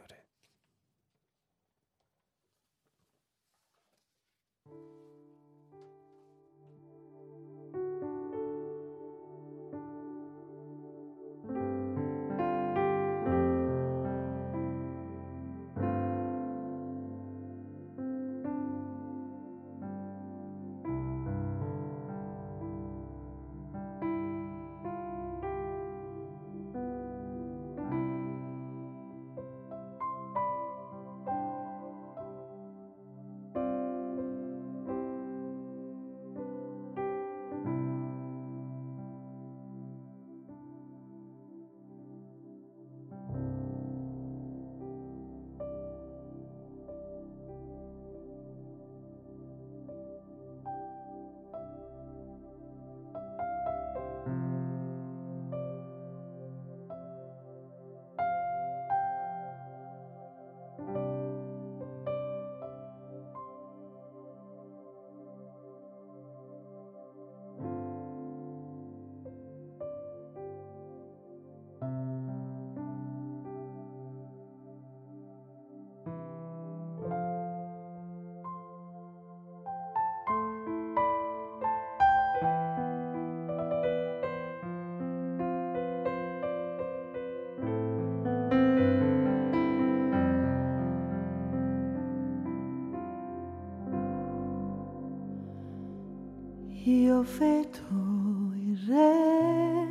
io vedo il Re,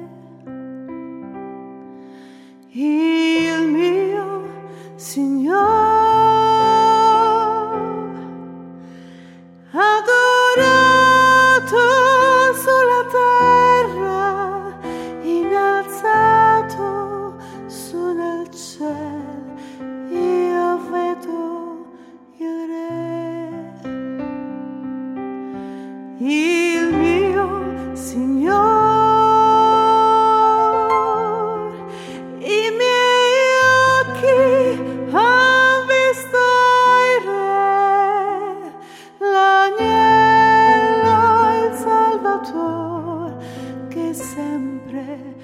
il mio Signore, adorato sulla terra, innalzato su nel cielo, io vedo il Re, il mio Signore. I miei occhi han visto il Re, l'agnello, il Salvatore, che sempre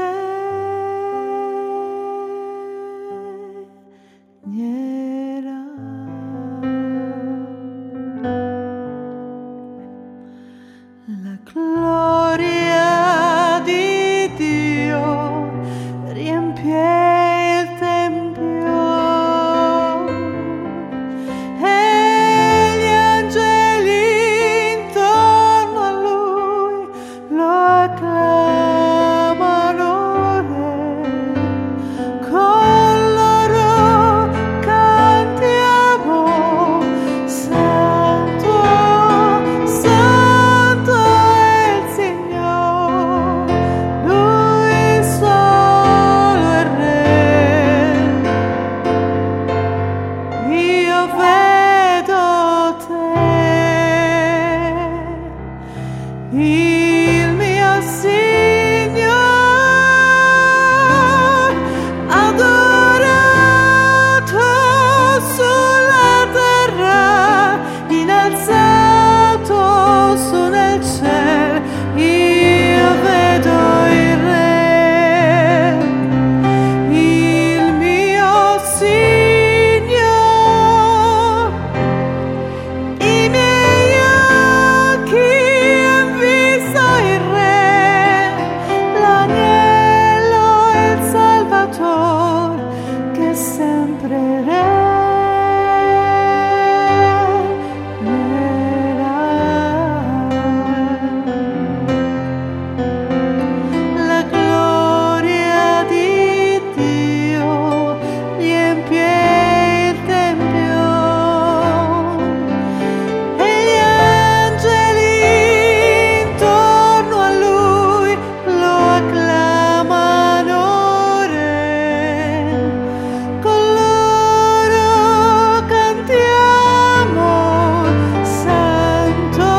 regnerà. La gloria di Dio riempie il Tempio e gli angeli intorno a Lui lo acclamano. Con loro cantiamo, Santo, Santo è il Signore, Lui solo è Re. Io vedo te, il mio Signore, adorato sulla terra, innalzato su nel cielo, io vedo il Re, il mio Signore. I miei occhi han visto il Re, l'agnello e il Salvatore, che sempre regnerà. La gloria di Dio riempie il Tempio e gli angeli intorno a Lui lo acclamano Re. Con loro cantiamo, Santo,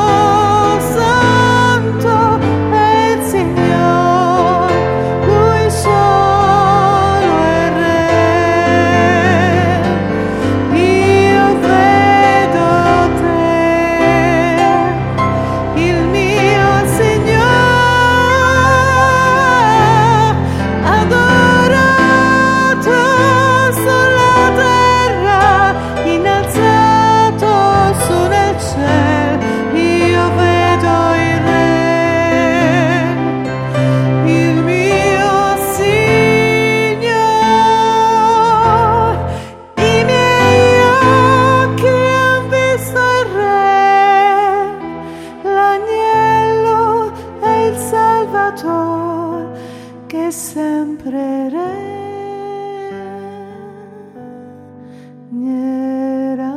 Santo è il Signore, Lui solo è Re. Io vedo te, il mio Signore, adorato sulla terra, innalzato su nel cielo, io vedo il Re, il mio Signore. I miei occhi han visto il Re, l'agnello e il Salvatore, che sempre regnerà.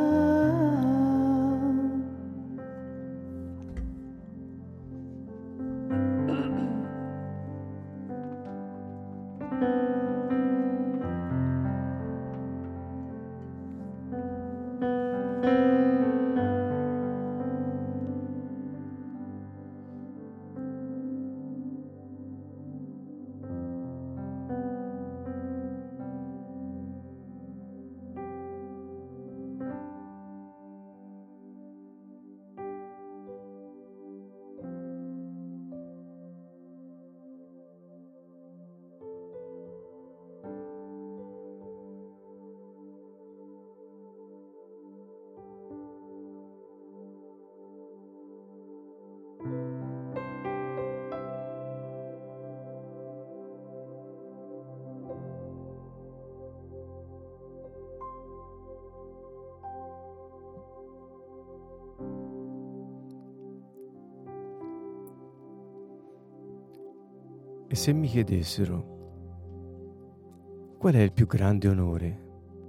E se mi chiedessero qual è il più grande onore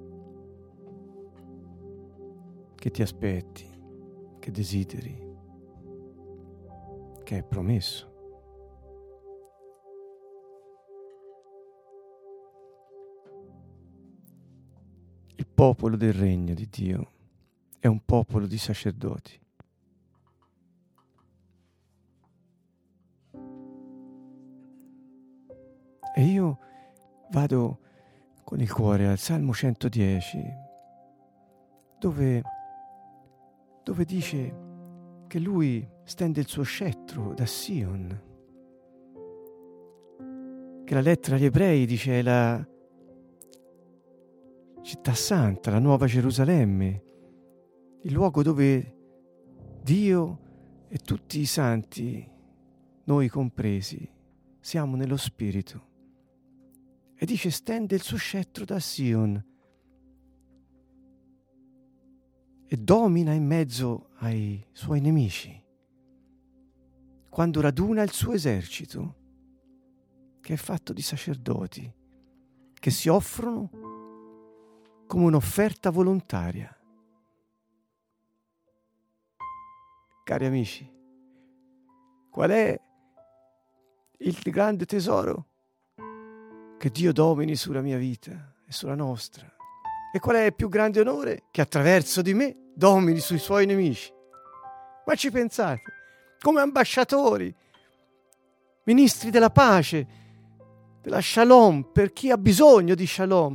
che ti aspetti, che desideri, che è promesso, il popolo del regno di Dio è un popolo di sacerdoti. E io vado con il cuore al Salmo centodieci, dove, dove dice che lui stende il suo scettro da Sion, che la lettera agli ebrei dice è la città santa, la nuova Gerusalemme, il luogo dove Dio e tutti i santi, noi compresi, siamo nello Spirito. E dice stende il suo scettro da Sion e domina in mezzo ai suoi nemici, quando raduna il suo esercito, che è fatto di sacerdoti, che si offrono come un'offerta volontaria. Cari amici, qual è il grande tesoro? Che Dio domini sulla mia vita e sulla nostra. E qual è il più grande onore? Che attraverso di me domini sui suoi nemici. Ma ci pensate, come ambasciatori, ministri della pace, della shalom, per chi ha bisogno di shalom.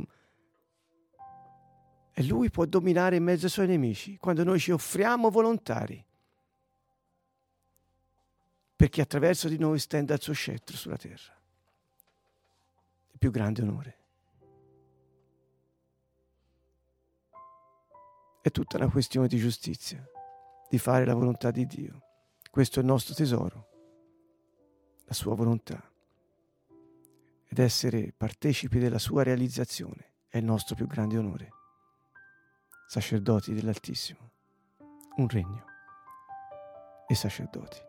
E lui può dominare in mezzo ai suoi nemici quando noi ci offriamo volontari, perché attraverso di noi stenda il suo scettro sulla terra. Il più grande onore. È tutta una questione di giustizia, di fare la volontà di Dio. Questo è il nostro tesoro, la sua volontà. Ed essere partecipi della sua realizzazione è il nostro più grande onore. Sacerdoti dell'Altissimo, un regno e sacerdoti.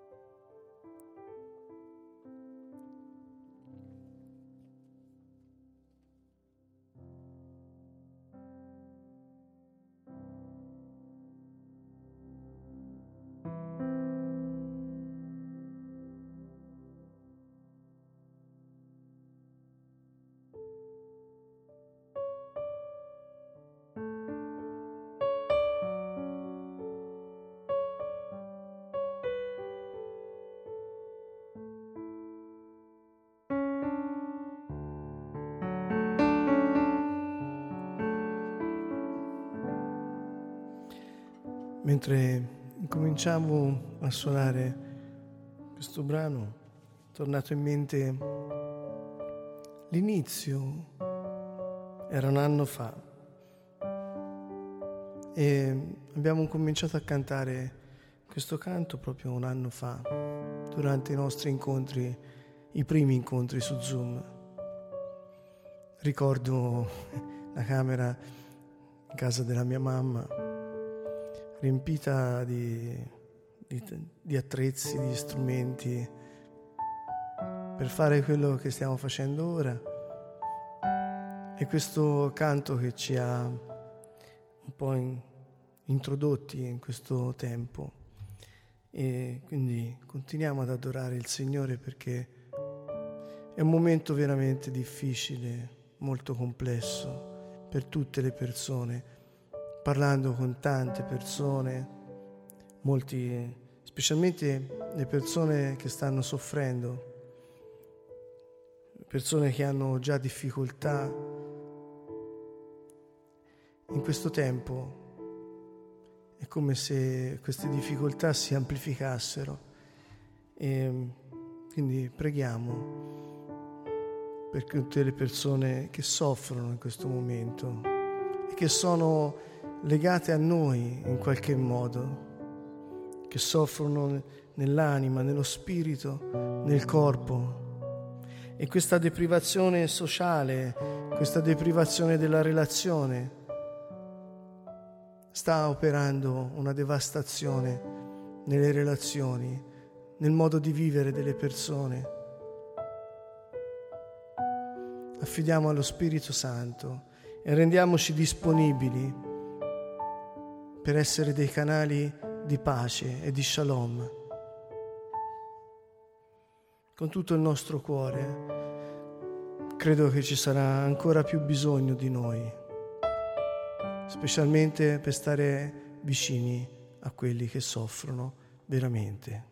Mentre incominciavo a suonare questo brano, è tornato in mente l'inizio, era un anno fa, e abbiamo cominciato a cantare questo canto proprio un anno fa, durante i nostri incontri, i primi incontri su Zoom. Ricordo la camera in casa della mia mamma, riempita di, di, di attrezzi, di strumenti per fare quello che stiamo facendo ora, e questo canto che ci ha un po' in, introdotti in questo tempo, e quindi continuiamo ad adorare il Signore, perché è un momento veramente difficile, molto complesso per tutte le persone. Parlando con tante persone, molti, specialmente le persone che stanno soffrendo, persone che hanno già difficoltà, in questo tempo è come se queste difficoltà si amplificassero, e quindi preghiamo per tutte le persone che soffrono in questo momento e che sono legate a noi in qualche modo, che soffrono nell'anima, nello spirito, nel corpo. E questa deprivazione sociale, questa deprivazione della relazione sta operando una devastazione nelle relazioni, nel modo di vivere delle persone. affidiamo allo Spirito Santo e rendiamoci disponibili per essere dei canali di pace e di shalom. Con tutto il nostro cuore, credo che ci sarà ancora più bisogno di noi, specialmente per stare vicini a quelli che soffrono veramente.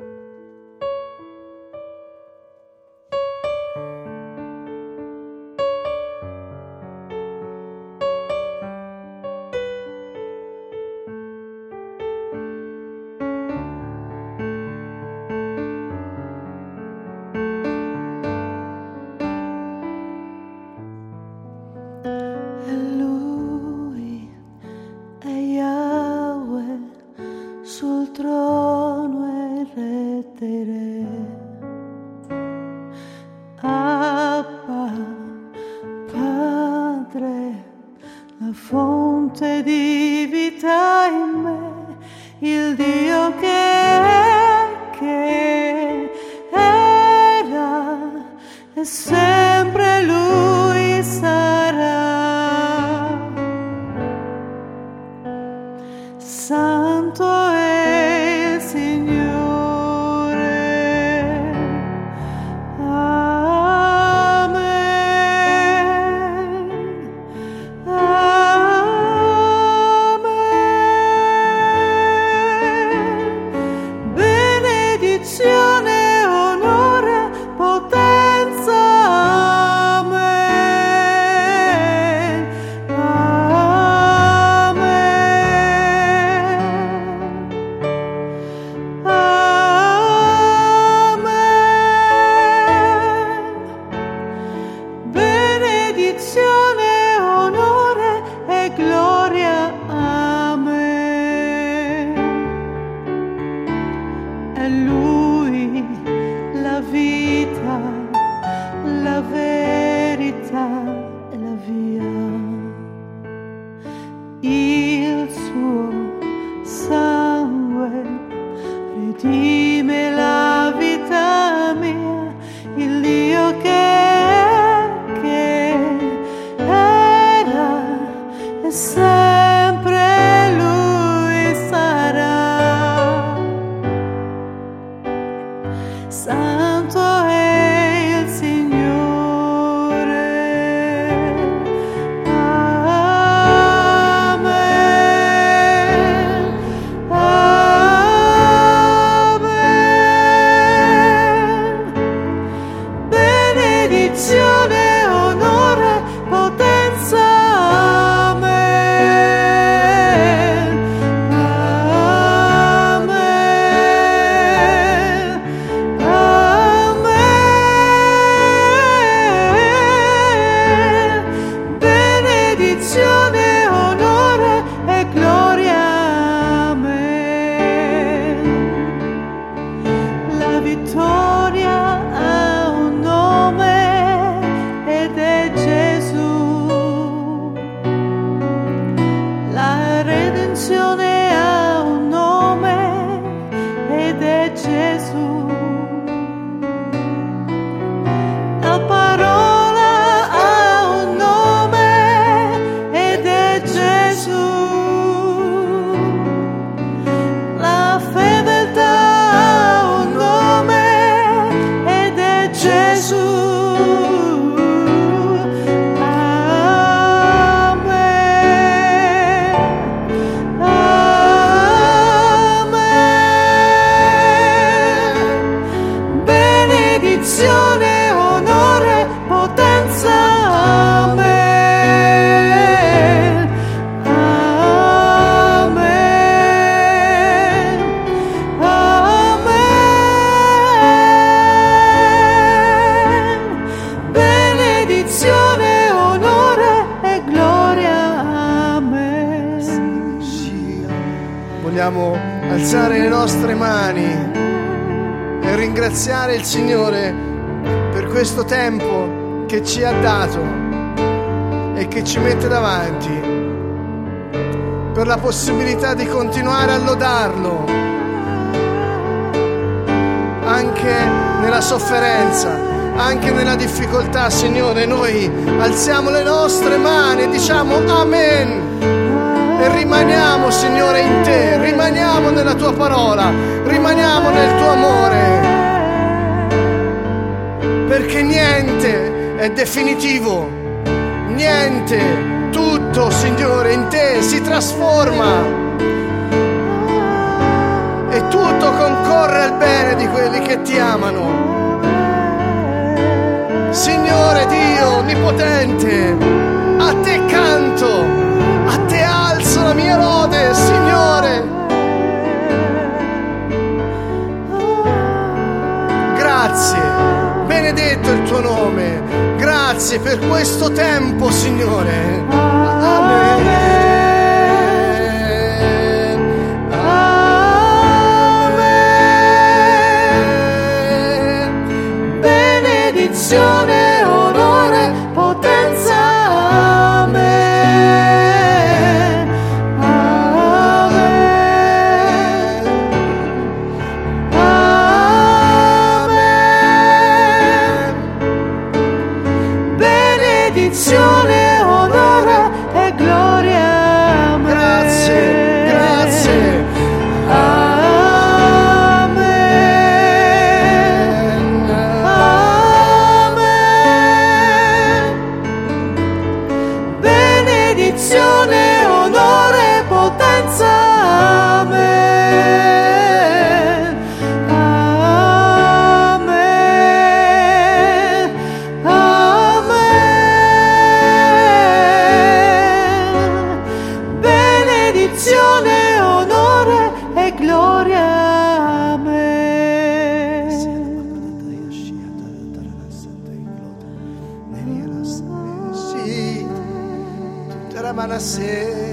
vogliamo alzare le nostre mani e ringraziare il Signore per questo tempo che ci ha dato e che ci mette davanti, per la possibilità di continuare a lodarlo anche nella sofferenza, anche nella difficoltà, Signore, noi alziamo le nostre mani e diciamo Amen. E rimaniamo, Signore, in Te, rimaniamo nella Tua parola, rimaniamo nel Tuo amore, perché niente è definitivo, niente, tutto, Signore, in Te si trasforma e tutto concorre al bene di quelli che Ti amano. Signore Dio Onnipotente, a Te canto, a Te alzo la mia lode, Signore. Grazie, benedetto il Tuo nome, grazie per questo tempo, Signore. Amen. Benedizione, onore, potenza, amen, amen, amen. Benedizione, onore e gloria, amen. Grazie, grazie. Benedizione, onore, potenza, amen, amen, amen. Benedizione, onore e gloria, amen. Sì, Manasseh.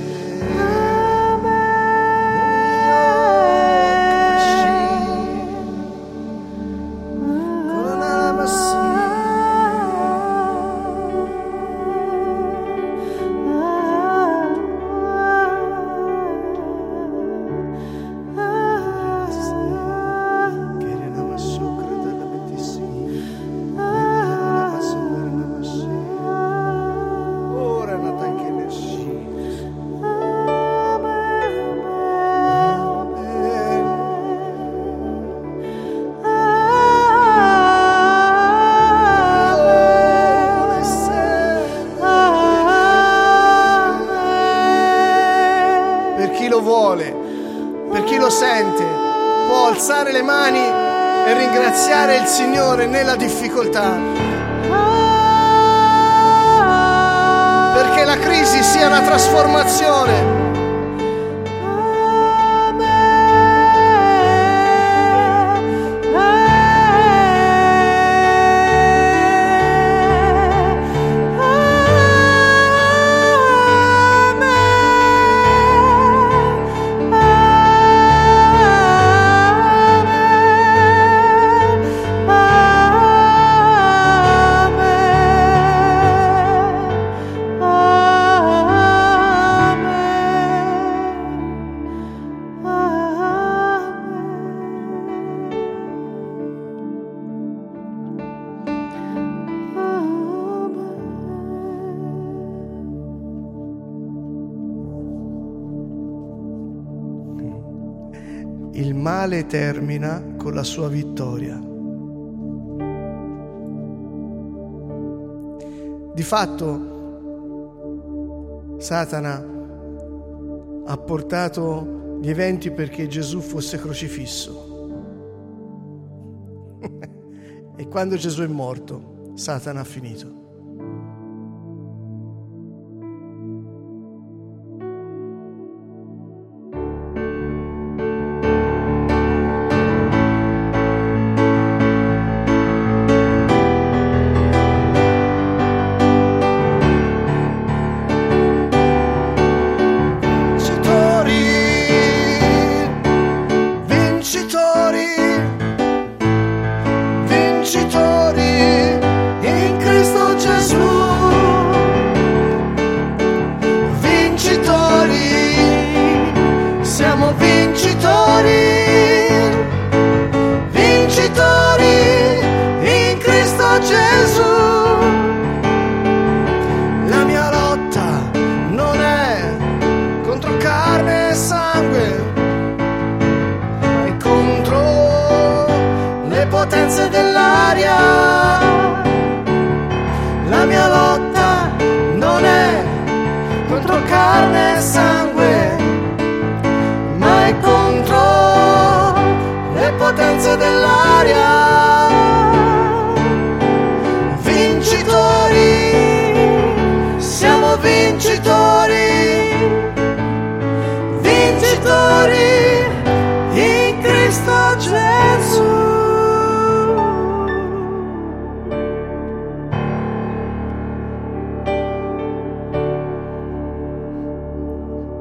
Per chi lo sente, può alzare le mani e ringraziare il Signore nella difficoltà, perché la crisi sia una trasformazione. Il male termina con la sua vittoria. Di fatto, Satana ha portato gli eventi perché Gesù fosse crocifisso. E quando Gesù è morto, Satana ha finito. Vincitori in Cristo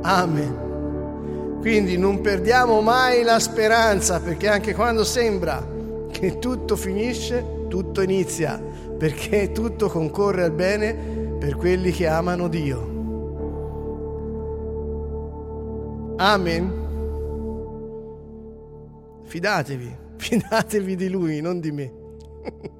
Amen. Quindi non perdiamo mai la speranza, perché anche quando sembra che tutto finisce, tutto inizia, perché tutto concorre al bene per quelli che amano Dio. Amen. Fidatevi, fidatevi di Lui, non di me.